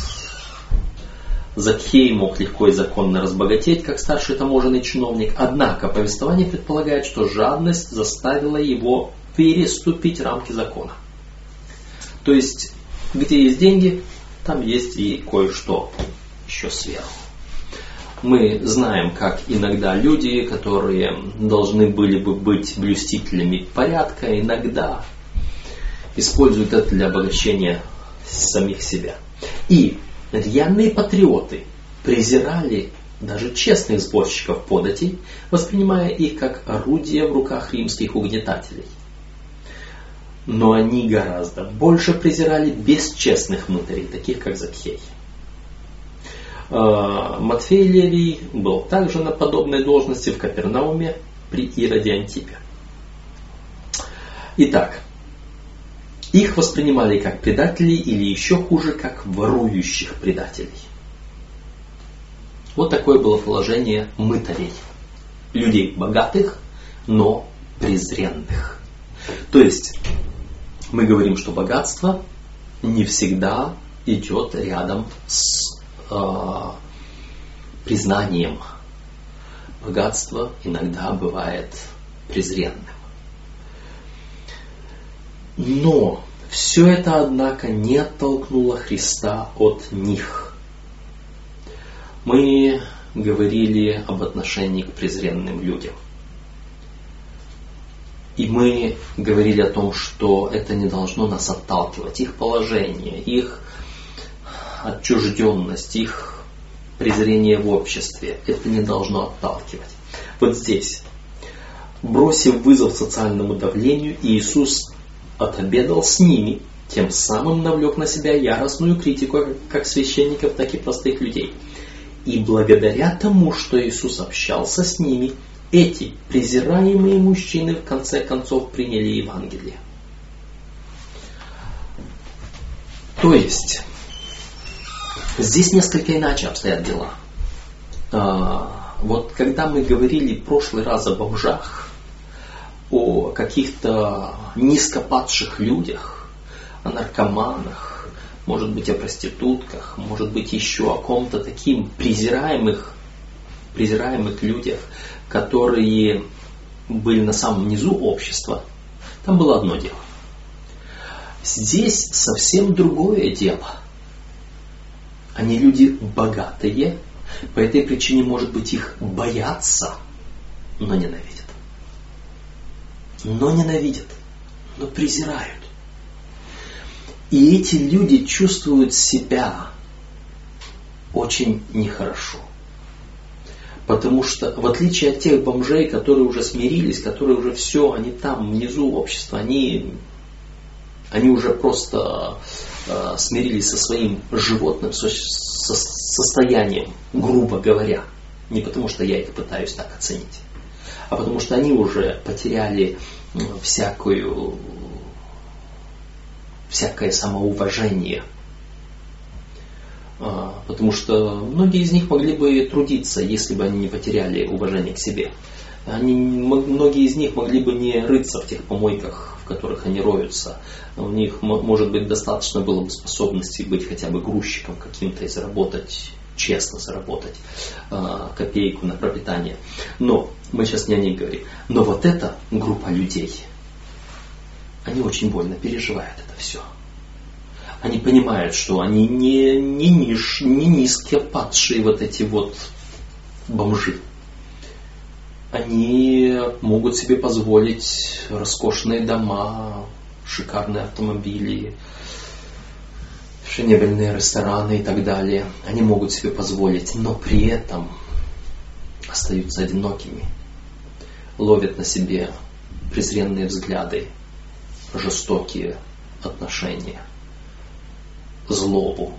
Закхей мог легко и законно разбогатеть, как старший таможенный чиновник. Однако повествование предполагает, что жадность заставила его переступить рамки закона. То есть, где есть деньги, там есть и кое-что еще сверху. Мы знаем, как иногда люди, которые должны были бы быть блюстителями порядка, иногда используют это для обогащения самих себя. И рьяные патриоты презирали даже честных сборщиков податей, воспринимая их как орудие в руках римских угнетателей. Но они гораздо больше презирали бесчестных мытарей, таких как Закхей. Матфей Левий был также на подобной должности в Капернауме при Ироде Антипе. Итак, их воспринимали как предателей или еще хуже, как ворующих предателей. Вот такое было положение мытарей. Людей богатых, но презренных. То есть, мы говорим, что богатство не всегда идет рядом с э, признанием. Богатство иногда бывает презренным. Но все это, однако, не оттолкнуло Христа от них. Мы говорили об отношении к презренным людям. И мы говорили о том, что это не должно нас отталкивать. Их положение, их отчужденность, их презрение в обществе. Это не должно отталкивать. Вот здесь, бросив вызов социальному давлению, Иисус отобедал с ними, тем самым навлек на себя яростную критику как священников, так и простых людей. И благодаря тому, что Иисус общался с ними, эти презираемые мужчины в конце концов приняли Евангелие. То есть, здесь несколько иначе обстоят дела. А, вот когда мы говорили в прошлый раз о бомжах, о каких-то низкопадших людях, о наркоманах, может быть о проститутках, может быть еще о ком-то таким презираемых, презираемых людях, которые были на самом низу общества, там было одно дело. Здесь совсем другое дело. Они люди богатые, по этой причине, может быть, их боятся, но ненавидят. Но ненавидят, но презирают. И эти люди чувствуют себя очень нехорошо. Потому что, в отличие от тех бомжей, которые уже смирились, которые уже все, они там, внизу общества, они, они уже просто э, смирились со своим животным со, со, состоянием, грубо говоря. Не потому что я их пытаюсь так оценить, а потому что они уже потеряли всякую, всякое самоуважение. Потому что многие из них могли бы трудиться, если бы они не потеряли уважение к себе. Они, многие из них могли бы не рыться в тех помойках, в которых они роются. У них, может быть, достаточно было бы способности быть хотя бы грузчиком каким-то и заработать, честно заработать копейку на пропитание. Но мы сейчас не о них говорим. Но вот эта группа людей, они очень больно переживают это все. Они понимают, что они не, не, ниж, не низкие, падшие вот эти вот бомжи. Они могут себе позволить роскошные дома, шикарные автомобили, фешенебельные рестораны и так далее. Они могут себе позволить, но при этом остаются одинокими, ловят на себе презренные взгляды, жестокие отношения, злобу.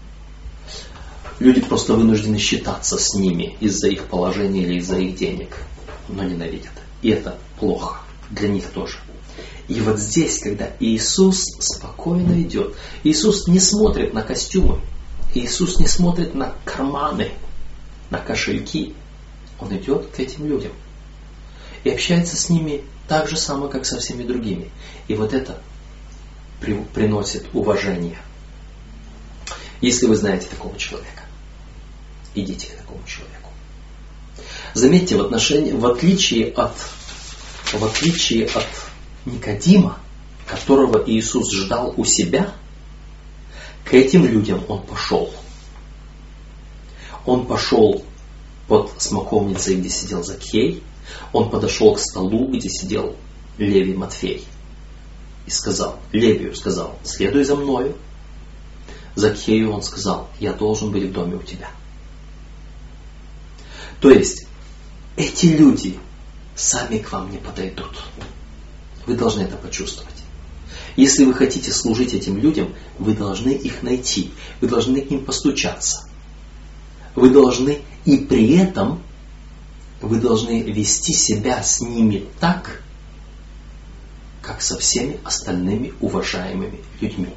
Люди просто вынуждены считаться с ними из-за их положения или из-за их денег, но ненавидят. И это плохо для них тоже. И вот здесь, когда Иисус спокойно идет, Иисус не смотрит на костюмы, Иисус не смотрит на карманы, на кошельки. Он идет к этим людям и общается с ними так же само, как со всеми другими. И вот это при, приносит уважение. Если вы знаете такого человека, идите к такому человеку. Заметьте, в, отношении, в, отличие от, в отличие от Никодима, которого Иисус ждал у себя, к этим людям он пошел. Он пошел под смоковницей, где сидел Закхей. Он подошел к столу, где сидел Левий Матфей. И сказал, Левию сказал, следуй за мною. Закхею он сказал, я должен быть в доме у тебя. То есть, эти люди сами к вам не подойдут. Вы должны это почувствовать. Если вы хотите служить этим людям, вы должны их найти. Вы должны к ним постучаться. Вы должны, и при этом, вы должны вести себя с ними так, как со всеми остальными уважаемыми людьми.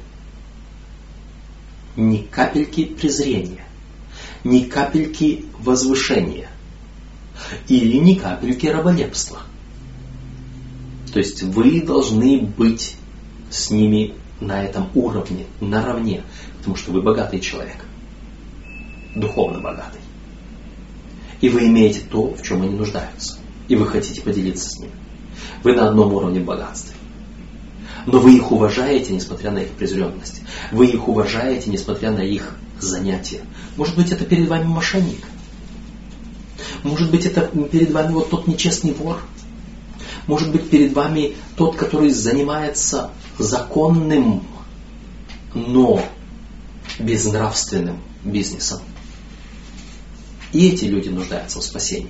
Ни капельки презрения, ни капельки возвышения или ни капельки раболепства. То есть вы должны быть с ними на этом уровне, наравне, потому что вы богатый человек, духовно богатый. И вы имеете то, в чем они нуждаются, и вы хотите поделиться с ними. Вы на одном уровне богатства. Но вы их уважаете, несмотря на их презренность. Вы их уважаете, несмотря на их занятия. Может быть, это перед вами мошенник. Может быть, это перед вами вот тот нечестный вор. Может быть, перед вами тот, который занимается законным, но безнравственным бизнесом. И эти люди нуждаются в спасении.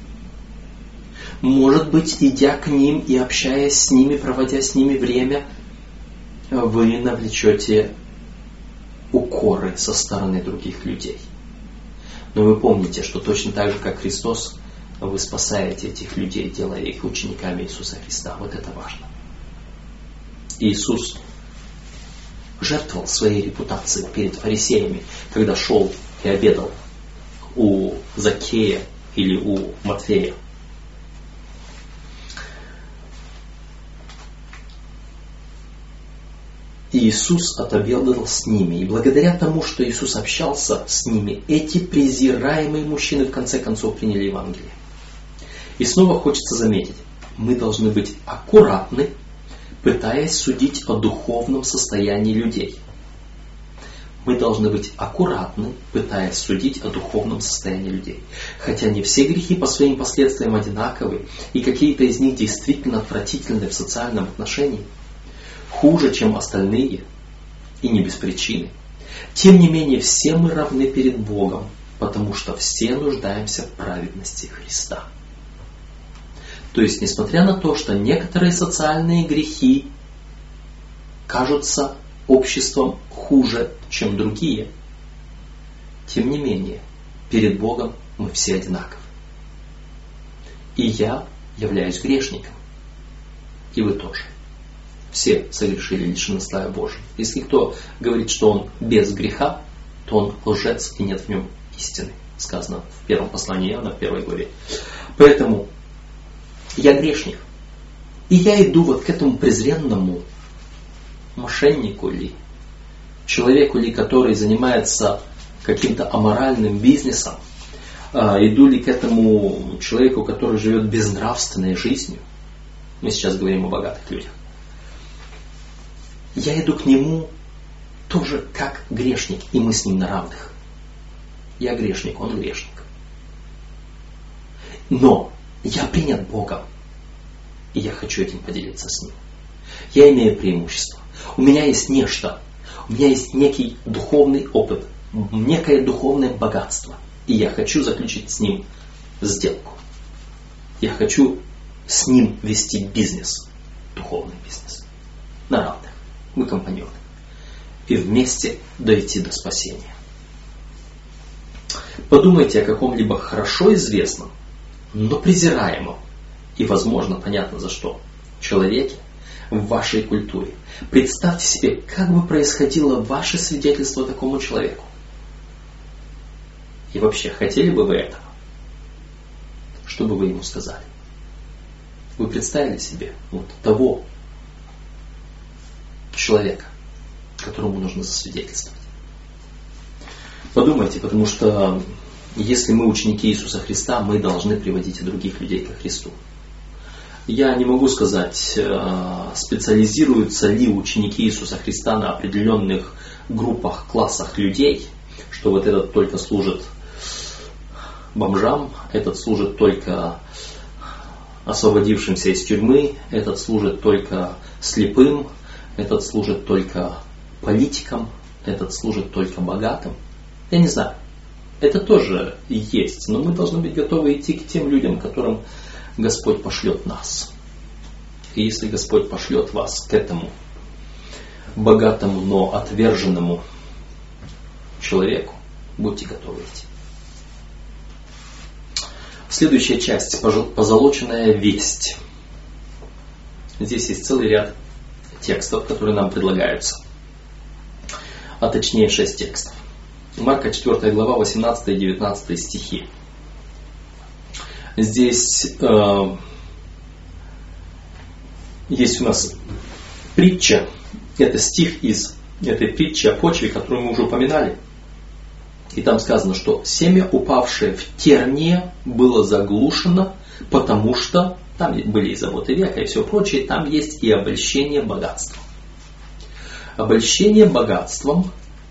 Может быть, идя к ним и общаясь с ними, проводя с ними время, вы навлечете укоры со стороны других людей. Но вы помните, что точно так же, как Христос, вы спасаете этих людей, делая их учениками Иисуса Христа. Вот это важно. Иисус жертвовал своей репутацией перед фарисеями, когда шел и обедал у Закхея или у Матфея. И Иисус отобедал с ними. И благодаря тому, что Иисус общался с ними, эти презираемые мужчины в конце концов приняли Евангелие. И снова хочется заметить, мы должны быть аккуратны, пытаясь судить о духовном состоянии людей. Мы должны быть аккуратны, пытаясь судить о духовном состоянии людей. Хотя не все грехи по своим последствиям одинаковы, и какие-то из них действительно отвратительны в социальном отношении, хуже, чем остальные, и не без причины. Тем не менее, все мы равны перед Богом, потому что все нуждаемся в праведности Христа. То есть, несмотря на то, что некоторые социальные грехи кажутся обществом хуже, чем другие, тем не менее, перед Богом мы все одинаковы. И я являюсь грешником. И вы тоже. Все согрешили, лишены славы Божьей. Если кто говорит, что он без греха, то он лжец и нет в нем истины. Сказано в первом послании Иоанна, в первой главе. Поэтому я грешник. И я иду вот к этому презренному мошеннику ли, человеку ли, который занимается каким-то аморальным бизнесом, иду ли к этому человеку, который живет безнравственной жизнью. Мы сейчас говорим о богатых людях. Я иду к нему тоже как грешник, и мы с ним на равных. Я грешник, он грешник. Но я принят Богом, и я хочу этим поделиться с ним. Я имею преимущество. У меня есть нечто, у меня есть некий духовный опыт, некое духовное богатство. И я хочу заключить с ним сделку. Я хочу с ним вести бизнес, духовный бизнес. На равных. Мы компаньоны. И вместе дойти до спасения. Подумайте о каком-либо хорошо известном, но презираемом и, возможно, понятно за что, человеке в вашей культуре. Представьте себе, как бы происходило ваше свидетельство такому человеку. И вообще, хотели бы вы этого? Что бы вы ему сказали? Вы представили себе вот того человека, которому нужно засвидетельствовать? Подумайте, потому что если мы ученики Иисуса Христа, мы должны приводить и других людей ко Христу. Я не могу сказать, специализируются ли ученики Иисуса Христа на определенных группах, классах людей, что вот этот только служит бомжам, этот служит только освободившимся из тюрьмы, этот служит только слепым, этот служит только политикам, этот служит только богатым. Я не знаю. Это тоже есть, но мы должны быть готовы идти к тем людям, которым Господь пошлет нас. И если Господь пошлет вас к этому богатому, но отверженному человеку, будьте готовы идти. Следующая часть. Позолоченная весть. Здесь есть целый ряд текстов, которые нам предлагаются. А точнее шесть текстов. Марка четвёртая глава, восемнадцатый и девятнадцатый стихи. Здесь э, есть у нас притча. Это стих из этой притчи о почве, которую мы уже упоминали. И там сказано, что семя, упавшее в терние, было заглушено, потому что там были и заботы века и все прочее, там есть и обольщение богатством. Обольщение богатством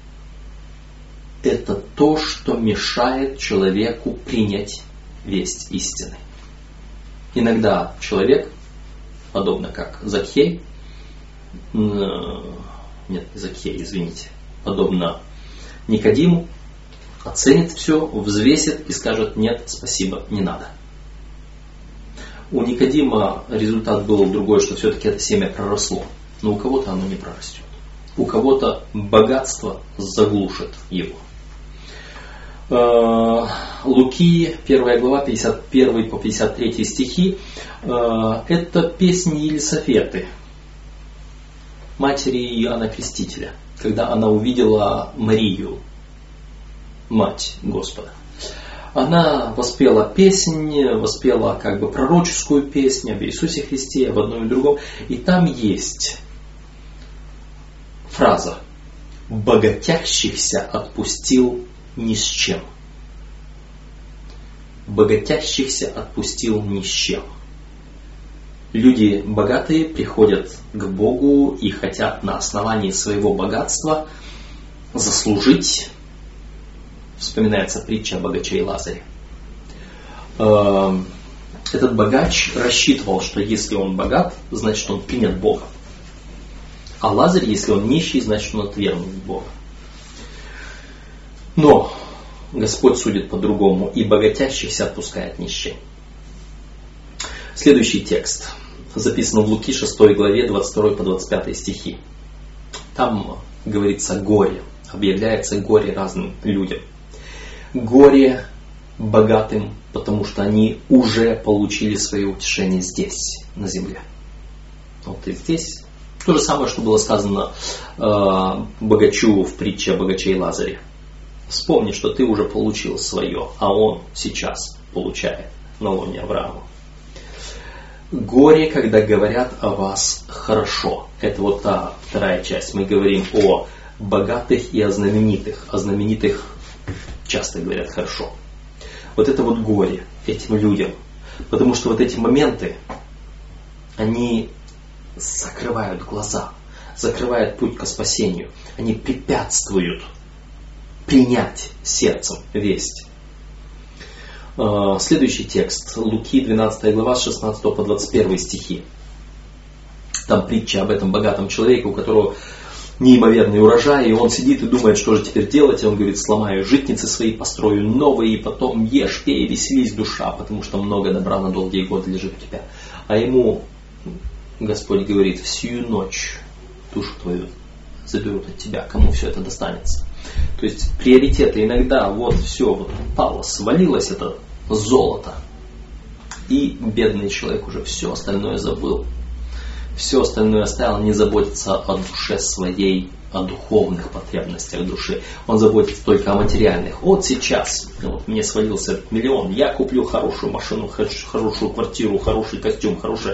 – это то, что мешает человеку принять весть истины. Иногда человек, подобно как Закхей, нет, не Закхей, извините, подобно Никодиму, оценит все, взвесит и скажет: нет, спасибо, не надо. У Никодима результат был другой, что все-таки это семя проросло, но у кого-то оно не прорастет. У кого-то богатство заглушит его. Луки, первая глава, пятьдесят первый по пятьдесят третий стихи, это песни Елисафеты, матери Иоанна Крестителя, когда она увидела Марию, мать Господа. Она воспела песнь, воспела как бы пророческую песнь об Иисусе Христе, об одном и другом. И там есть фраза: «Богатящихся отпустил ни с чем». Богатящихся отпустил ни с чем. Люди богатые приходят к Богу и хотят на основании своего богатства заслужить. Вспоминается притча о богаче и Лазаре. Этот богач рассчитывал, что если он богат, значит он принят Богом. А Лазарь, если он нищий, значит он отвергнут Бога. Но Господь судит по-другому, и богатящихся отпускает ни с чем. Следующий текст записан в Луки шестой главе, двадцать второй по двадцать пятый стихи. Там говорится горе, объявляется горе разным людям. Горе богатым, потому что они уже получили свое утешение здесь, на земле. Вот и здесь то же самое, что было сказано э, богачу в притче о богаче и Лазаре. Вспомни, что ты уже получил свое, а он сейчас получает на лоне Авраама. Горе, когда говорят о вас хорошо. Это вот та вторая часть. Мы говорим о богатых и о знаменитых. О знаменитых часто говорят хорошо. Вот это вот горе этим людям. Потому что вот эти моменты, они закрывают глаза, закрывают путь к спасению. Они препятствуют принять сердцем весть. Следующий текст. Луки, двенадцатая глава, с шестнадцатого по двадцать первый стихи. Там притча об этом богатом человеке, у которого неимоверный урожай, и он сидит и думает, что же теперь делать. И он говорит: сломаю житницы свои, построю новые, и потом ешь, пей, веселись, душа, потому что много добра на долгие годы лежит у тебя. А ему Господь говорит: всю ночь душу твою заберут от тебя, кому все это достанется. То есть приоритеты иногда вот все вот упало, свалилось это золото, и бедный человек уже все остальное забыл. Все остальное оставил, не заботится о душе своей, о духовных потребностях души. Он заботится только о материальных. Вот сейчас вот, мне свалился этот миллион, я куплю хорошую машину, хорошую квартиру, хороший костюм, хорошее...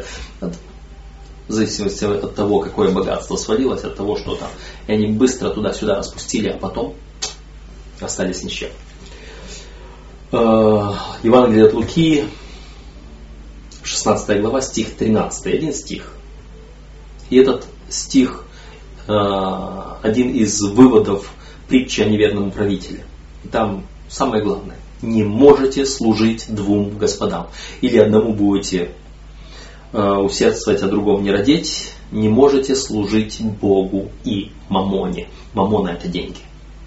В зависимости от того, какое богатство свалилось, от того, что там. И они быстро туда-сюда распустили, а потом остались ни с чем. Евангелие от Луки, шестнадцатая глава, стих тринадцатый, один стих. И этот стих один из выводов притчи о неверном правителе. И там самое главное: не можете служить двум господам. Или одному будете усердствовать, а другому не родить. Не можете служить Богу и мамоне. Мамона — это деньги.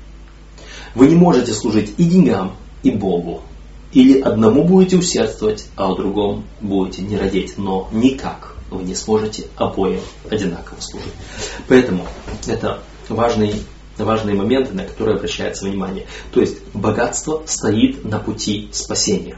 Вы не можете служить и деньгам, и Богу. Или одному будете усердствовать, а другому будете не родить. Но никак вы не сможете обоим одинаково служить. Поэтому это важный, важные моменты, на которые обращается внимание. То есть богатство стоит на пути спасения.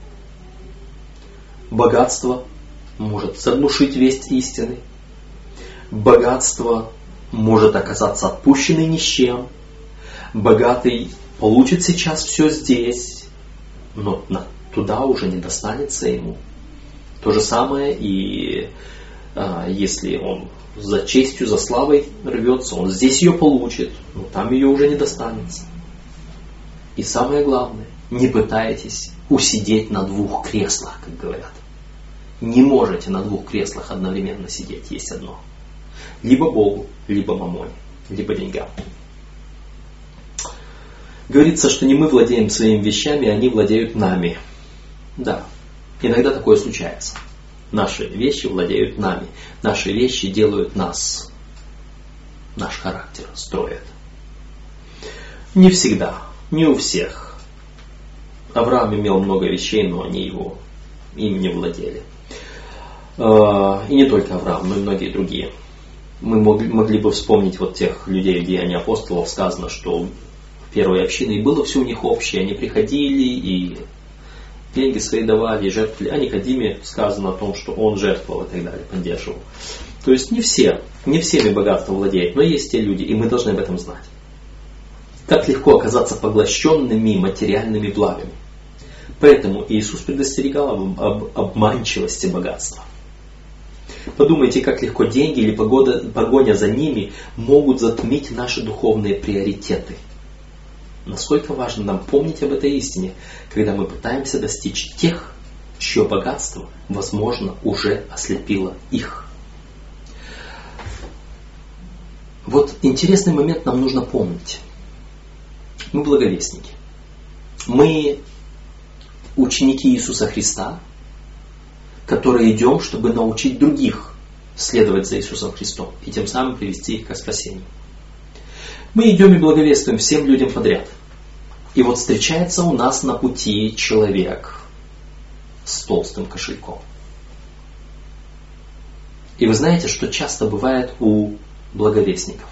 Богатство может заглушить весть истины. Богатство может оказаться отпущенной ни с чем. Богатый получит сейчас все здесь, но туда уже не достанется ему. То же самое и а, если он за честью, за славой рвется, он здесь ее получит, но там ее уже не достанется. И самое главное, не пытайтесь усидеть на двух креслах, как говорят. Не можете на двух креслах одновременно сидеть, есть одно. Либо Богу, либо мамоне, либо деньгам. Говорится, что не мы владеем своими вещами, они владеют нами. Да, иногда такое случается. Наши вещи владеют нами. Наши вещи делают нас. Наш характер строят. Не всегда, не у всех. Авраам имел много вещей, но они его им не владели. И не только Авраам, но и многие другие. Мы могли, могли бы вспомнить вот тех людей в Деяниях апостолов, сказано, что в первой общине было все у них общее. Они приходили и деньги свои давали, и жертвовали. О Никодиме сказано о том, что он жертвовал и так далее, поддерживал. То есть не все, не всеми богатство владеет, но есть те люди, и мы должны об этом знать. Как легко оказаться поглощенными материальными благами. Поэтому Иисус предостерегал об, об обманчивости богатства. Подумайте, как легко деньги или погода, погоня за ними могут затмить наши духовные приоритеты. Насколько важно нам помнить об этой истине, когда мы пытаемся достичь тех, чье богатство, возможно, уже ослепило их. Вот интересный момент нам нужно помнить. Мы благовестники. Мы ученики Иисуса Христа, которые идем, чтобы научить других следовать за Иисусом Христом и тем самым привести их к спасению. Мы идем и благовествуем всем людям подряд. И вот встречается у нас на пути человек с толстым кошельком. И вы знаете, что часто бывает у благовестников.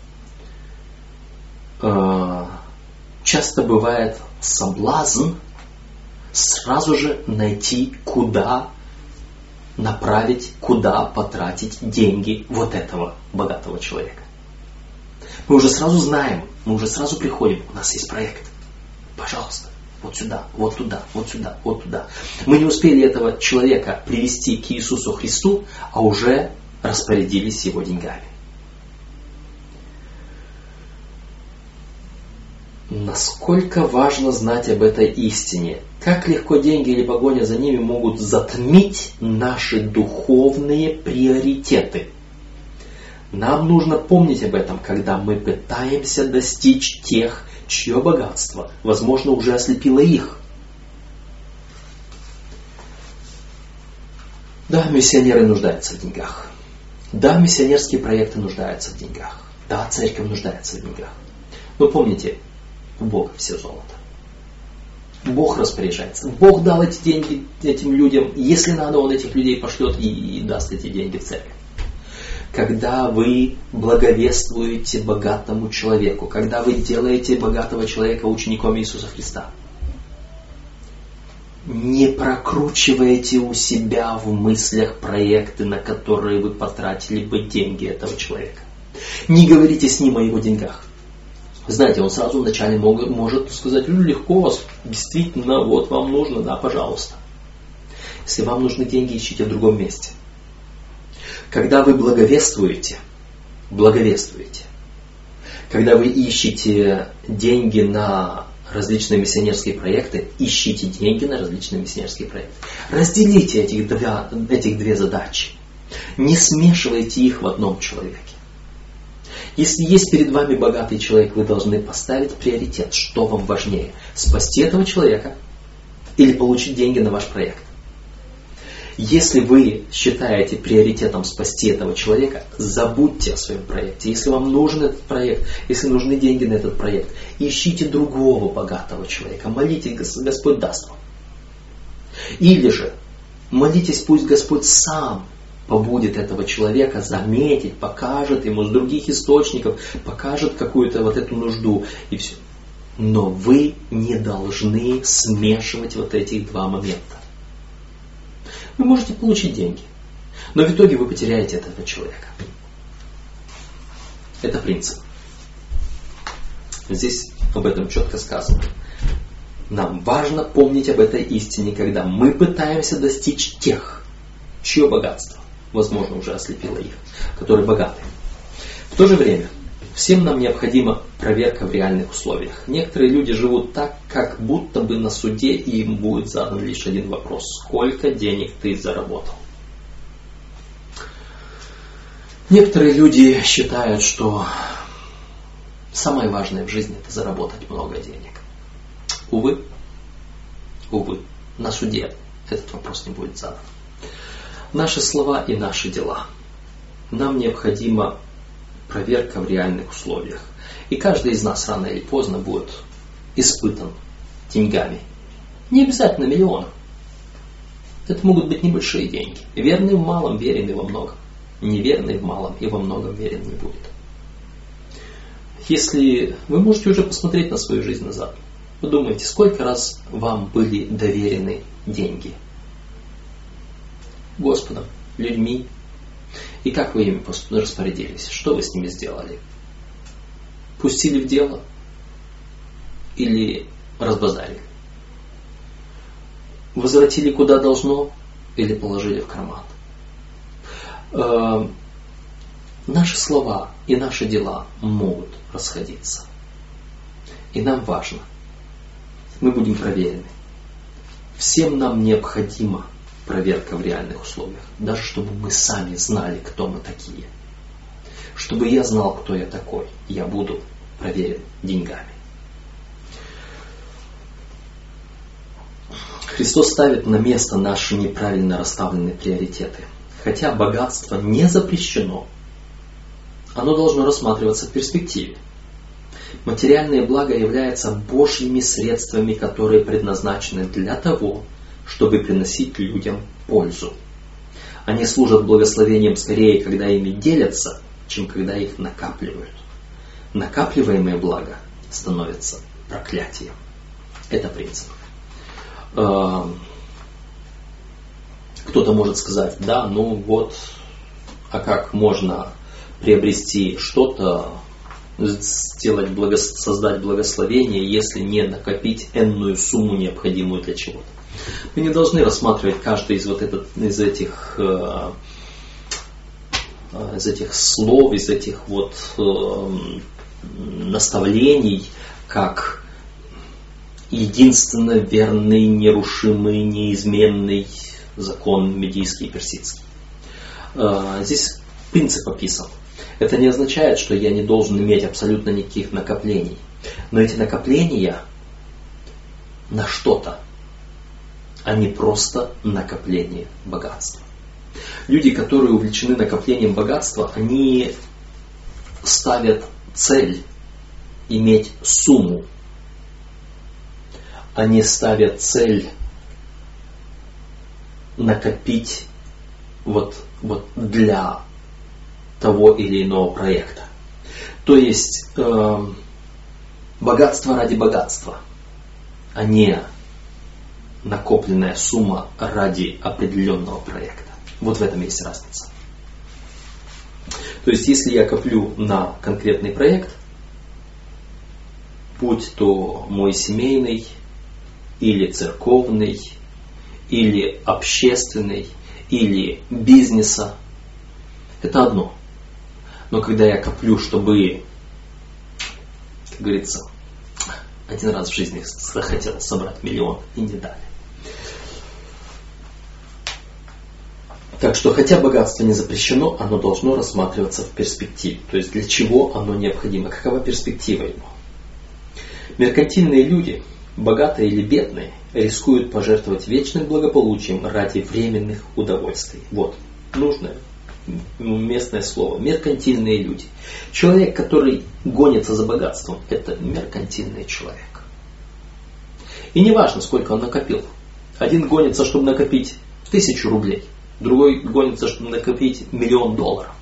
Часто бывает соблазн сразу же найти, куда направить, куда потратить деньги вот этого богатого человека. Мы уже сразу знаем, мы уже сразу приходим, у нас есть проект. Пожалуйста, вот сюда, вот туда, вот сюда, вот туда. Мы не успели этого человека привести к Иисусу Христу, а уже распорядились его деньгами. Насколько важно знать об этой истине? Как легко деньги или погоня за ними могут затмить наши духовные приоритеты? Нам нужно помнить об этом, когда мы пытаемся достичь тех, чье богатство, возможно, уже ослепило их. Да, миссионеры нуждаются в деньгах. Да, миссионерские проекты нуждаются в деньгах. Да, церковь нуждается в деньгах. Но помните, у Бога все золото. Бог распоряжается. Бог дал эти деньги этим людям. Если надо, Он этих людей пошлет и, и даст эти деньги в церковь. Когда вы благовествуете богатому человеку, когда вы делаете богатого человека учеником Иисуса Христа, не прокручивайте у себя в мыслях проекты, на которые вы потратили бы деньги этого человека. Не говорите с ним о его деньгах. Знаете, он сразу вначале мог, может сказать: ну, легко, действительно, вот вам нужно, да, пожалуйста. Если вам нужны деньги, ищите в другом месте. Когда вы благовествуете, благовествуете, когда вы ищете деньги на различные миссионерские проекты, ищите деньги на различные миссионерские проекты. Разделите этих две, этих две задачи. Не смешивайте их в одном человеке. Если есть перед вами богатый человек, вы должны поставить приоритет, что вам важнее: спасти этого человека или получить деньги на ваш проект. Если вы считаете приоритетом спасти этого человека, забудьте о своем проекте. Если вам нужен этот проект, если нужны деньги на этот проект, ищите другого богатого человека. Молитесь, Господь даст вам. Или же молитесь, пусть Господь сам побудет этого человека заметить, покажет ему с других источников, покажет какую-то вот эту нужду и все. Но вы не должны смешивать вот этих два момента. Вы можете получить деньги, но в итоге вы потеряете этого человека. Это принцип. Здесь об этом четко сказано. Нам важно помнить об этой истине, когда мы пытаемся достичь тех, чье богатство, возможно, уже ослепило их, которые богаты. В то же время, всем нам необходима проверка в реальных условиях. Некоторые люди живут так, как будто бы на суде им будет задан лишь один вопрос: сколько денег ты заработал? Некоторые люди считают, что самое важное в жизни — это заработать много денег. Увы, увы, на суде этот вопрос не будет задан. Наши слова и наши дела. Нам необходима проверка в реальных условиях. И каждый из нас рано или поздно будет испытан деньгами. Не обязательно миллионом. Это могут быть небольшие деньги. Верный в малом, верен и во многом. Неверный в малом и во многом верен не будет. Если вы можете уже посмотреть на свою жизнь назад, подумайте, сколько раз вам были доверены деньги Господом, людьми, и как вы ими распорядились, что вы с ними сделали? Пустили в дело или разбазарили? Возвратили куда должно или положили в карман? Э, наши слова и наши дела могут расходиться. И нам важно, мы будем проверены. Всем нам необходима проверка в реальных условиях. Даже чтобы мы сами знали, кто мы такие. Чтобы я знал, кто я такой. Я буду проверен деньгами. Христос ставит на место наши неправильно расставленные приоритеты. Хотя богатство не запрещено, оно должно рассматриваться в перспективе. Материальные блага являются Божьими средствами, которые предназначены для того, чтобы приносить людям пользу. Они служат благословением скорее, когда ими делятся, чем когда их накапливают. Накапливаемое благо становится проклятием. Это принцип. Кто-то может сказать, да, ну вот, а как можно приобрести что-то, сделать, благо, создать благословение, если не накопить энную сумму, необходимую для чего-то. Мы не должны рассматривать каждый из, вот этот, из, этих, э, из этих слов, из этих вот э, наставлений, как единственно верный, нерушимый, неизменный закон медийский и персидский. Э, здесь принцип описан. Это не означает, что я не должен иметь абсолютно никаких накоплений. Но эти накопления на что-то, а не просто накопление богатства. Люди, которые увлечены накоплением богатства, они ставят цель иметь сумму. Они ставят цель накопить вот, вот для того или иного проекта. То есть э, богатство ради богатства, а не накопленная сумма ради определенного проекта. Вот в этом есть разница. То есть если я коплю на конкретный проект, будь то мой семейный, или церковный, или общественный, или бизнеса, это одно. Но когда я коплю, чтобы, как говорится, один раз в жизни захотел собрать миллион и не дали. Так что, хотя богатство не запрещено, оно должно рассматриваться в перспективе. То есть, для чего оно необходимо, какова перспектива его. Меркантильные люди, богатые или бедные, рискуют пожертвовать вечным благополучием ради временных удовольствий. Вот, нужное местное слово. Меркантильные люди. Человек, который гонится за богатством, это меркантильный человек. И не важно, сколько он накопил. Один гонится, чтобы накопить тысячу рублей. Другой гонится, чтобы накопить миллион долларов.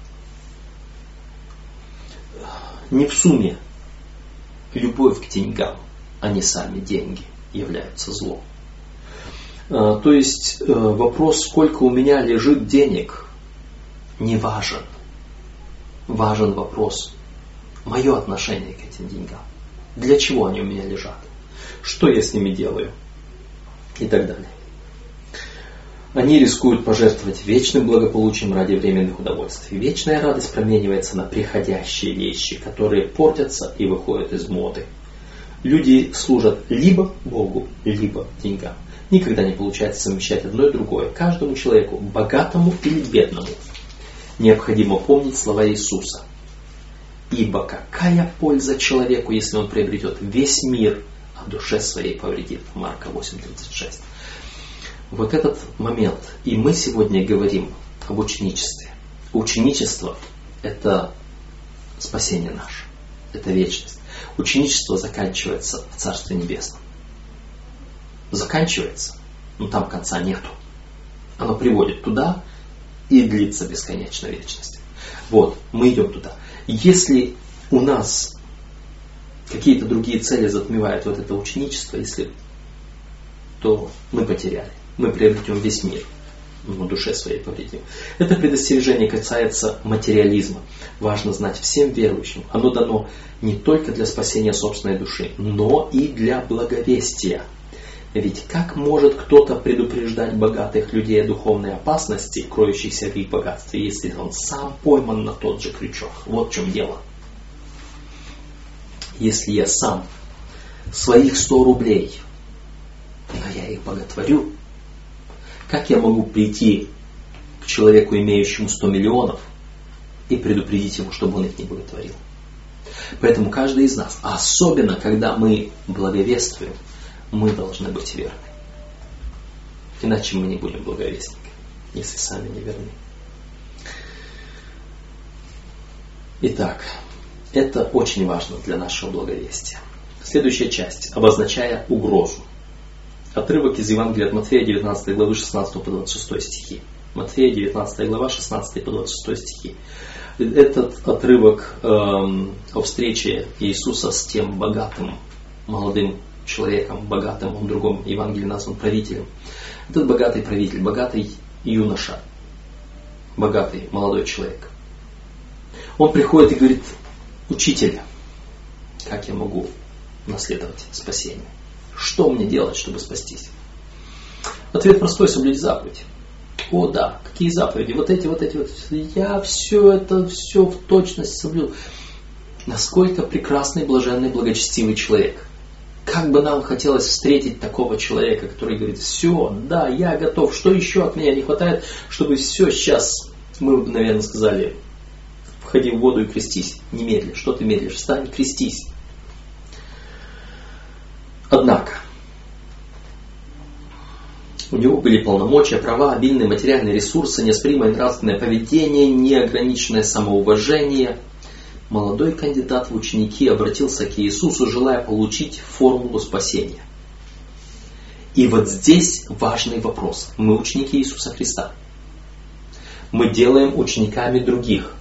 Не в сумме любовь к деньгам, а не сами деньги являются злом. То есть вопрос, сколько у меня лежит денег, не важен. Важен вопрос, мое отношение к этим деньгам. Для чего они у меня лежат? Что я с ними делаю? И так далее. Они рискуют пожертвовать вечным благополучием ради временных удовольствий. Вечная радость променивается на приходящие вещи, которые портятся и выходят из моды. Люди служат либо Богу, либо деньгам. Никогда не получается совмещать одно и другое. Каждому человеку, богатому или бедному, необходимо помнить слова Иисуса. Ибо какая польза человеку, если он приобретет весь мир, а душе своей повредит? Марка восемь тридцать шесть. Вот этот момент. И мы сегодня говорим об ученичестве. Ученичество – это спасение наше. Это вечность. Ученичество заканчивается в Царстве Небесном. Заканчивается, но там конца нету. Оно приводит туда и длится бесконечно вечность. Вот, мы идем туда. Если у нас какие-то другие цели затмевают вот это ученичество, если, то мы потеряли. Мы приобретем весь мир, но душе своей повредим. Это предостережение касается материализма. Важно знать всем верующим. Оно дано не только для спасения собственной души, но и для благовестия. Ведь как может кто-то предупреждать богатых людей о духовной опасности, кроющейся в их богатстве, если он сам пойман на тот же крючок? Вот в чем дело. Если я сам своих сто рублей, но я их боготворю, как я могу прийти к человеку, имеющему сто миллионов, и предупредить его, чтобы он их не боготворил? Поэтому каждый из нас, особенно когда мы благовествуем, мы должны быть верны. Иначе мы не будем благовестниками, если сами не верны. Итак, это очень важно для нашего благовестия. Следующая часть, обозначая угрозу. Отрывок из Евангелия от Матфея, девятнадцатой главы, шестнадцатого по двадцать шестой стихи. Матфея, девятнадцатая глава, шестнадцатый по двадцать шестой стихи. Этот отрывок эм, о встрече Иисуса с тем богатым молодым человеком, богатым, он в другом Евангелии назван правителем. Этот богатый правитель, богатый юноша, богатый молодой человек. Он приходит и говорит: учитель, как я могу наследовать спасение? Что мне делать, чтобы спастись? Ответ простой: соблюдить заповедь. О да, какие заповеди? Вот эти, вот эти, вот. Я все это, все в точности соблюл. Насколько прекрасный, блаженный, благочестивый человек. Как бы нам хотелось встретить такого человека, который говорит: все, да, я готов, что еще от меня не хватает, чтобы все сейчас, мы бы, наверное, сказали: входи в воду и крестись, немедли, что ты медлишь, встань, крестись. Однако, у него были полномочия, права, обильные материальные ресурсы, неоспоримое нравственное поведение, неограниченное самоуважение. Молодой кандидат в ученики обратился к Иисусу, желая получить формулу спасения. И вот здесь важный вопрос. Мы ученики Иисуса Христа. Мы делаем учениками других.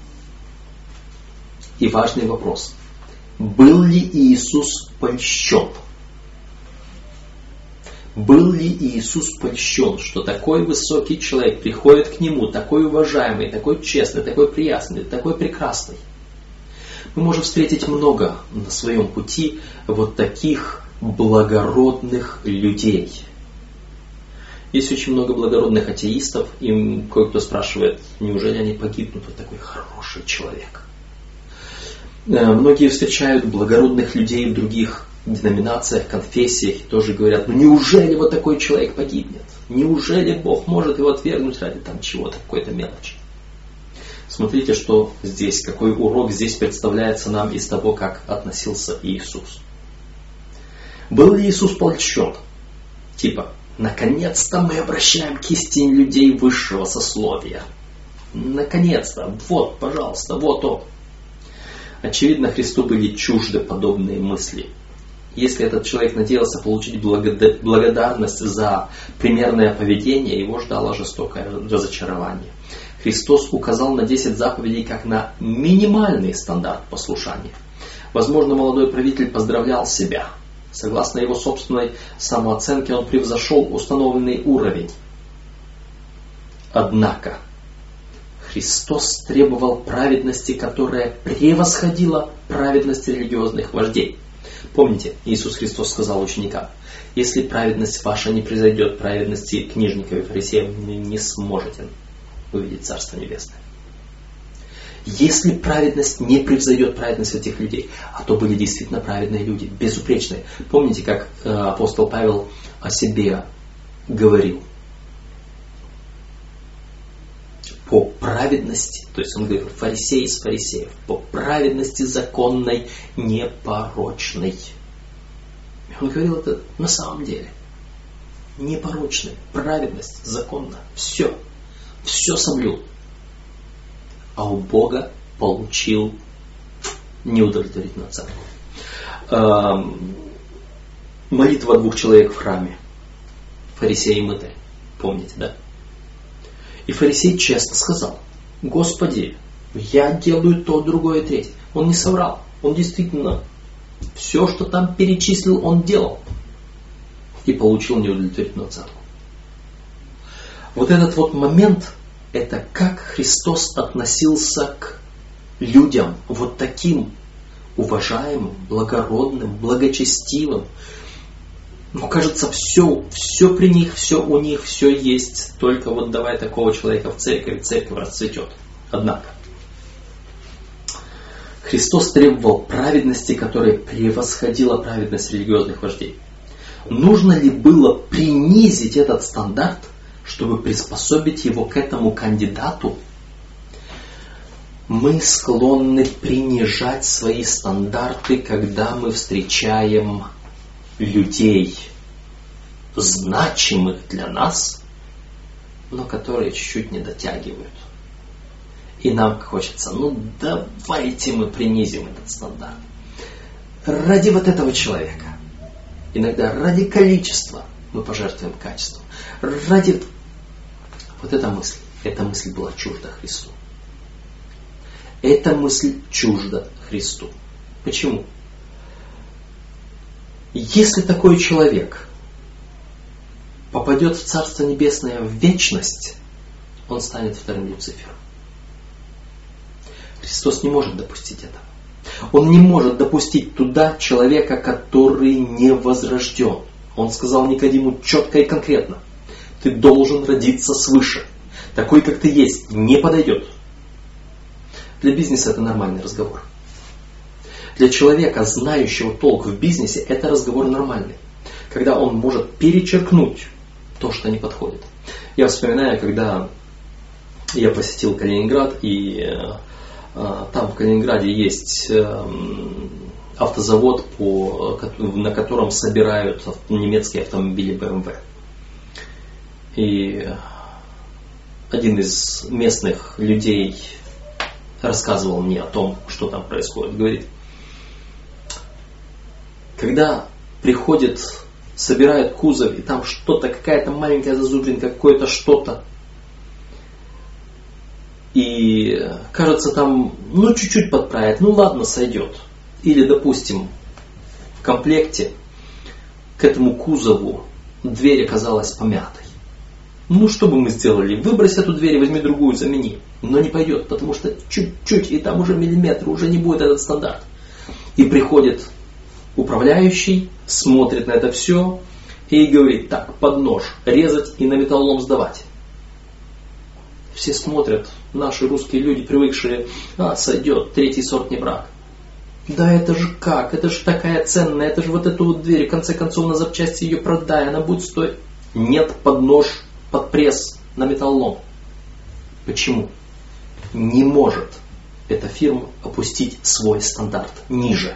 И важный вопрос. Был ли Иисус польщен? Был ли Иисус польщен, что такой высокий человек приходит к Нему, такой уважаемый, такой честный, такой приятный, такой прекрасный? Мы можем встретить много на своем пути вот таких благородных людей. Есть очень много благородных атеистов, им кое-кто спрашивает: неужели они погибнут? Вот такой хороший человек. Многие встречают благородных людей в других деноминациях, конфессиях, и тоже говорят: ну неужели вот такой человек погибнет? Неужели Бог может его отвергнуть ради там чего-то, какой-то мелочи? Смотрите, что здесь, какой урок здесь представляется нам из того, как относился Иисус. Был ли Иисус польщен? Типа: наконец-то мы обращаем к истине людей высшего сословия. Наконец-то, вот, пожалуйста, вот он. Очевидно, Христу были чужды подобные мысли. Если этот человек надеялся получить благодарность за примерное поведение, его ждало жестокое разочарование. Христос указал на десять заповедей как на минимальный стандарт послушания. Возможно, молодой правитель поздравлял себя. Согласно его собственной самооценке, он превзошел установленный уровень. Однако, Христос требовал праведности, которая превосходила праведность религиозных вождей. Помните, Иисус Христос сказал ученикам: если праведность ваша не превзойдет праведности книжников и фарисеев, вы не сможете увидеть Царство Небесное. Если праведность не превзойдет праведность этих людей, а то были действительно праведные люди, безупречные. Помните, как э, апостол Павел о себе говорил? По праведности, то есть он говорил: фарисей из фарисеев, по праведности законной, непорочной. И он говорил это на самом деле. Непорочной, праведность, законно, все. Все соблюл. А у Бога получил неудовлетворительную оценку. Эм, молитва двух человек в храме. Фарисей и мытарь. Помните, да? И фарисей честно сказал: Господи, я делаю то, другое, третье. Он не соврал. Он действительно все, что там перечислил, он делал. И получил неудовлетворительную оценку. Вот этот вот момент, это как Христос относился к людям, вот таким уважаемым, благородным, благочестивым. Ну, кажется, все, все при них, все у них, все есть. Только вот давай такого человека в церковь, церковь расцветет. Однако, Христос требовал праведности, которая превосходила праведность религиозных вождей. Нужно ли было принизить этот стандарт, чтобы приспособить его к этому кандидату? Мы склонны принижать свои стандарты, когда мы встречаем людей, значимых для нас, но которые чуть-чуть не дотягивают. И нам хочется: ну давайте мы принизим этот стандарт. Ради вот этого человека. Иногда ради количества мы пожертвуем качеством. Ради... Вот эта мысль, эта мысль была чужда Христу. Эта мысль чужда Христу. Почему? Если такой человек попадет в Царство Небесное в вечность, он станет вторым Люцифером. Христос не может допустить этого. Он не может допустить туда человека, который не возрожден. Он сказал Никодиму четко и конкретно: ты должен родиться свыше. Такой, как ты есть, не подойдет. Для бизнеса это нормальный разговор. Для человека, знающего толк в бизнесе, это разговор нормальный. Когда он может перечеркнуть то, что не подходит. Я вспоминаю, когда я посетил Калининград, и э, там в Калининграде есть э, автозавод, по, на котором собирают немецкие автомобили бэ эм вэ. И один из местных людей рассказывал мне о том, что там происходит. Говорит, когда приходит, собирают кузов, и там что-то, какая-то маленькая зазубринка, какое-то что-то, и кажется там, ну чуть-чуть подправить, ну ладно, сойдет. Или, допустим, в комплекте к этому кузову дверь оказалась помятой. Ну что бы мы сделали? Выбрось эту дверь, возьми другую, замени. Но не пойдет, потому что чуть-чуть, и там уже миллиметр, уже не будет этот стандарт. И приходит управляющий, смотрит на это все и говорит: так, под нож резать и на металлолом сдавать. Все смотрят, наши русские люди, привыкшие: а, сойдет, третий сорт не брак. Да это же как, это же такая ценная, это же вот эту вот дверь, в конце концов на запчасти ее продай, она будет стоить. Нет, под нож, под пресс, на металлолом. Почему? Не может эта фирма опустить свой стандарт ниже.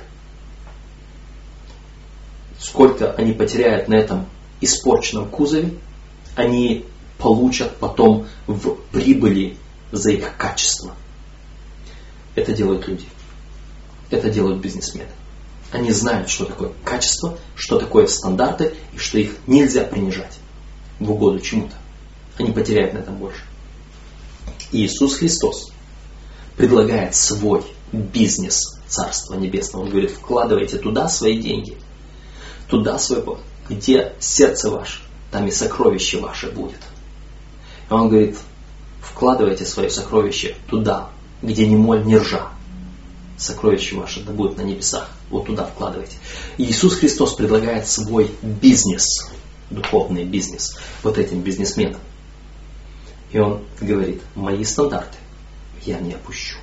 Сколько они потеряют на этом испорченном кузове, они получат потом в прибыли за их качество. Это делают люди. Это делают бизнесмены. Они знают, что такое качество, что такое стандарты, и что их нельзя принижать в угоду чему-то. Они потеряют на этом больше. И Иисус Христос предлагает свой бизнес Царства Небесного. Он говорит: вкладывайте туда свои деньги, туда свой, где сердце ваше, там и сокровище ваше будет. И он говорит: вкладывайте свое сокровище туда, где ни моль, ни ржа. Сокровище ваше да будет на небесах. Вот туда вкладывайте. И Иисус Христос предлагает свой бизнес, духовный бизнес, вот этим бизнесменам. И он говорит: мои стандарты я не опущу.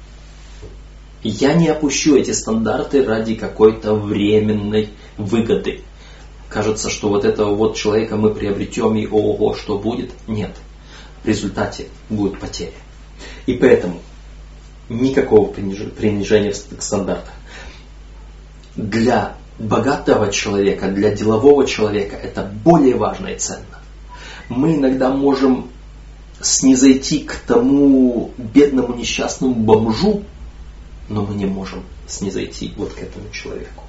Я не опущу эти стандарты ради какой-то временной выгоды. Кажется, что вот этого вот человека мы приобретем, и ого, что будет? Нет. В результате будет потеря. И поэтому никакого принижения к стандартам. Для богатого человека, для делового человека это более важно и ценно. Мы иногда можем снизойти к тому бедному несчастному бомжу, но мы не можем снизойти вот к этому человеку.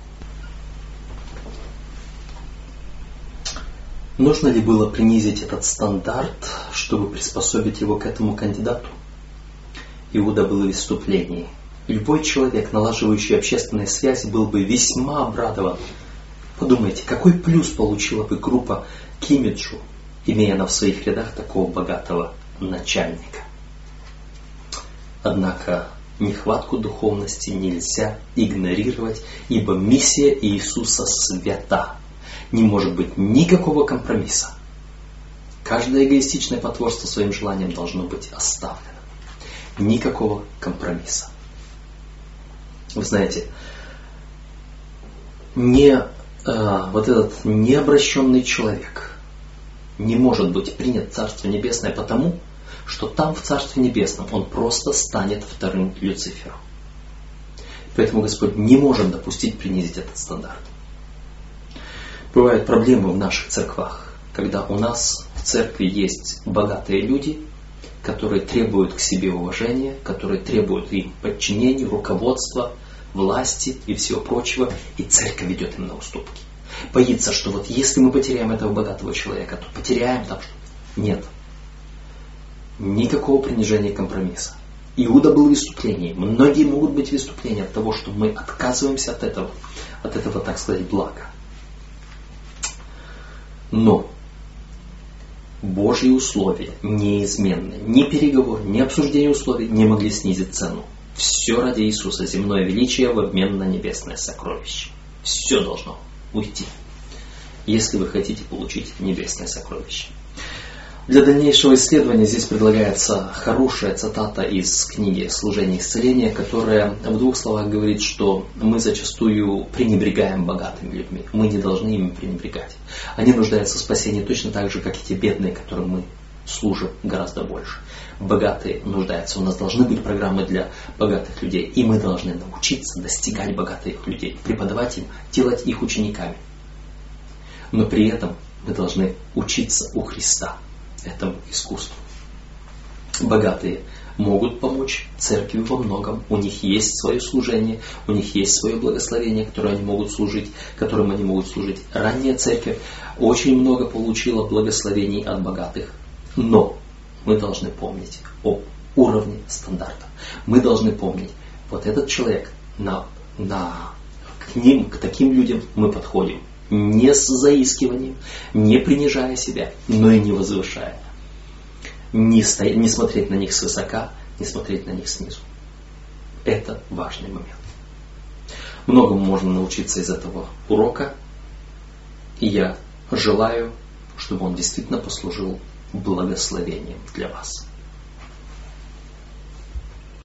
Нужно ли было принизить этот стандарт, чтобы приспособить его к этому кандидату? Иуда был в выступлении. Любой человек, налаживающий общественные связи, был бы весьма обрадован. Подумайте, какой плюс получила бы группа к имиджу, имея она в своих рядах такого богатого начальника. Однако нехватку духовности нельзя игнорировать, ибо миссия Иисуса свята. Не может быть никакого компромисса. Каждое эгоистичное потворство своим желаниям должно быть оставлено. Никакого компромисса. Вы знаете, не, э, вот этот необращенный человек не может быть принят в Царство Небесное потому, что там в Царстве Небесном он просто станет вторым Люцифером. Поэтому Господь не может допустить принизить этот стандарт. Бывают проблемы в наших церквах, когда у нас в церкви есть богатые люди, которые требуют к себе уважения, которые требуют им подчинения, руководства, власти и всего прочего, и церковь ведет им на уступки. Боится, что вот если мы потеряем этого богатого человека, то потеряем там что-то. Нет. Никакого принижения и компромисса. Иуда был в выступлении. Многие могут быть в выступлении от того, что мы отказываемся от этого, от этого, так сказать, блага. Но Божьи условия неизменны. Ни переговоры, ни обсуждение условий не могли снизить цену. Все ради Иисуса, земное величие в обмен на небесное сокровище. Все должно уйти, если вы хотите получить небесное сокровище. Для дальнейшего исследования здесь предлагается хорошая цитата из книги «Служение исцеления», которая в двух словах говорит, что мы зачастую пренебрегаем богатыми людьми. Мы не должны ими пренебрегать. Они нуждаются в спасении точно так же, как и те бедные, которым мы служим гораздо больше. Богатые нуждаются. У нас должны быть программы для богатых людей. И мы должны научиться достигать богатых людей, преподавать им, делать их учениками. Но при этом мы должны учиться у Христа этому искусству. Богатые могут помочь церкви во многом. У них есть свое служение, у них есть свое благословение, которое они могут служить, которым они могут служить. Ранняя церковь очень много получила благословений от богатых. Но мы должны помнить об уровне стандарта. Мы должны помнить, вот этот человек, на, на, к ним, к таким людям мы подходим. Не с заискиванием, не принижая себя, но и не возвышая. Не, стоять, не смотреть на них свысока, не смотреть на них снизу. Это важный момент. Многому можно научиться из этого урока. И я желаю, чтобы он действительно послужил благословением для вас.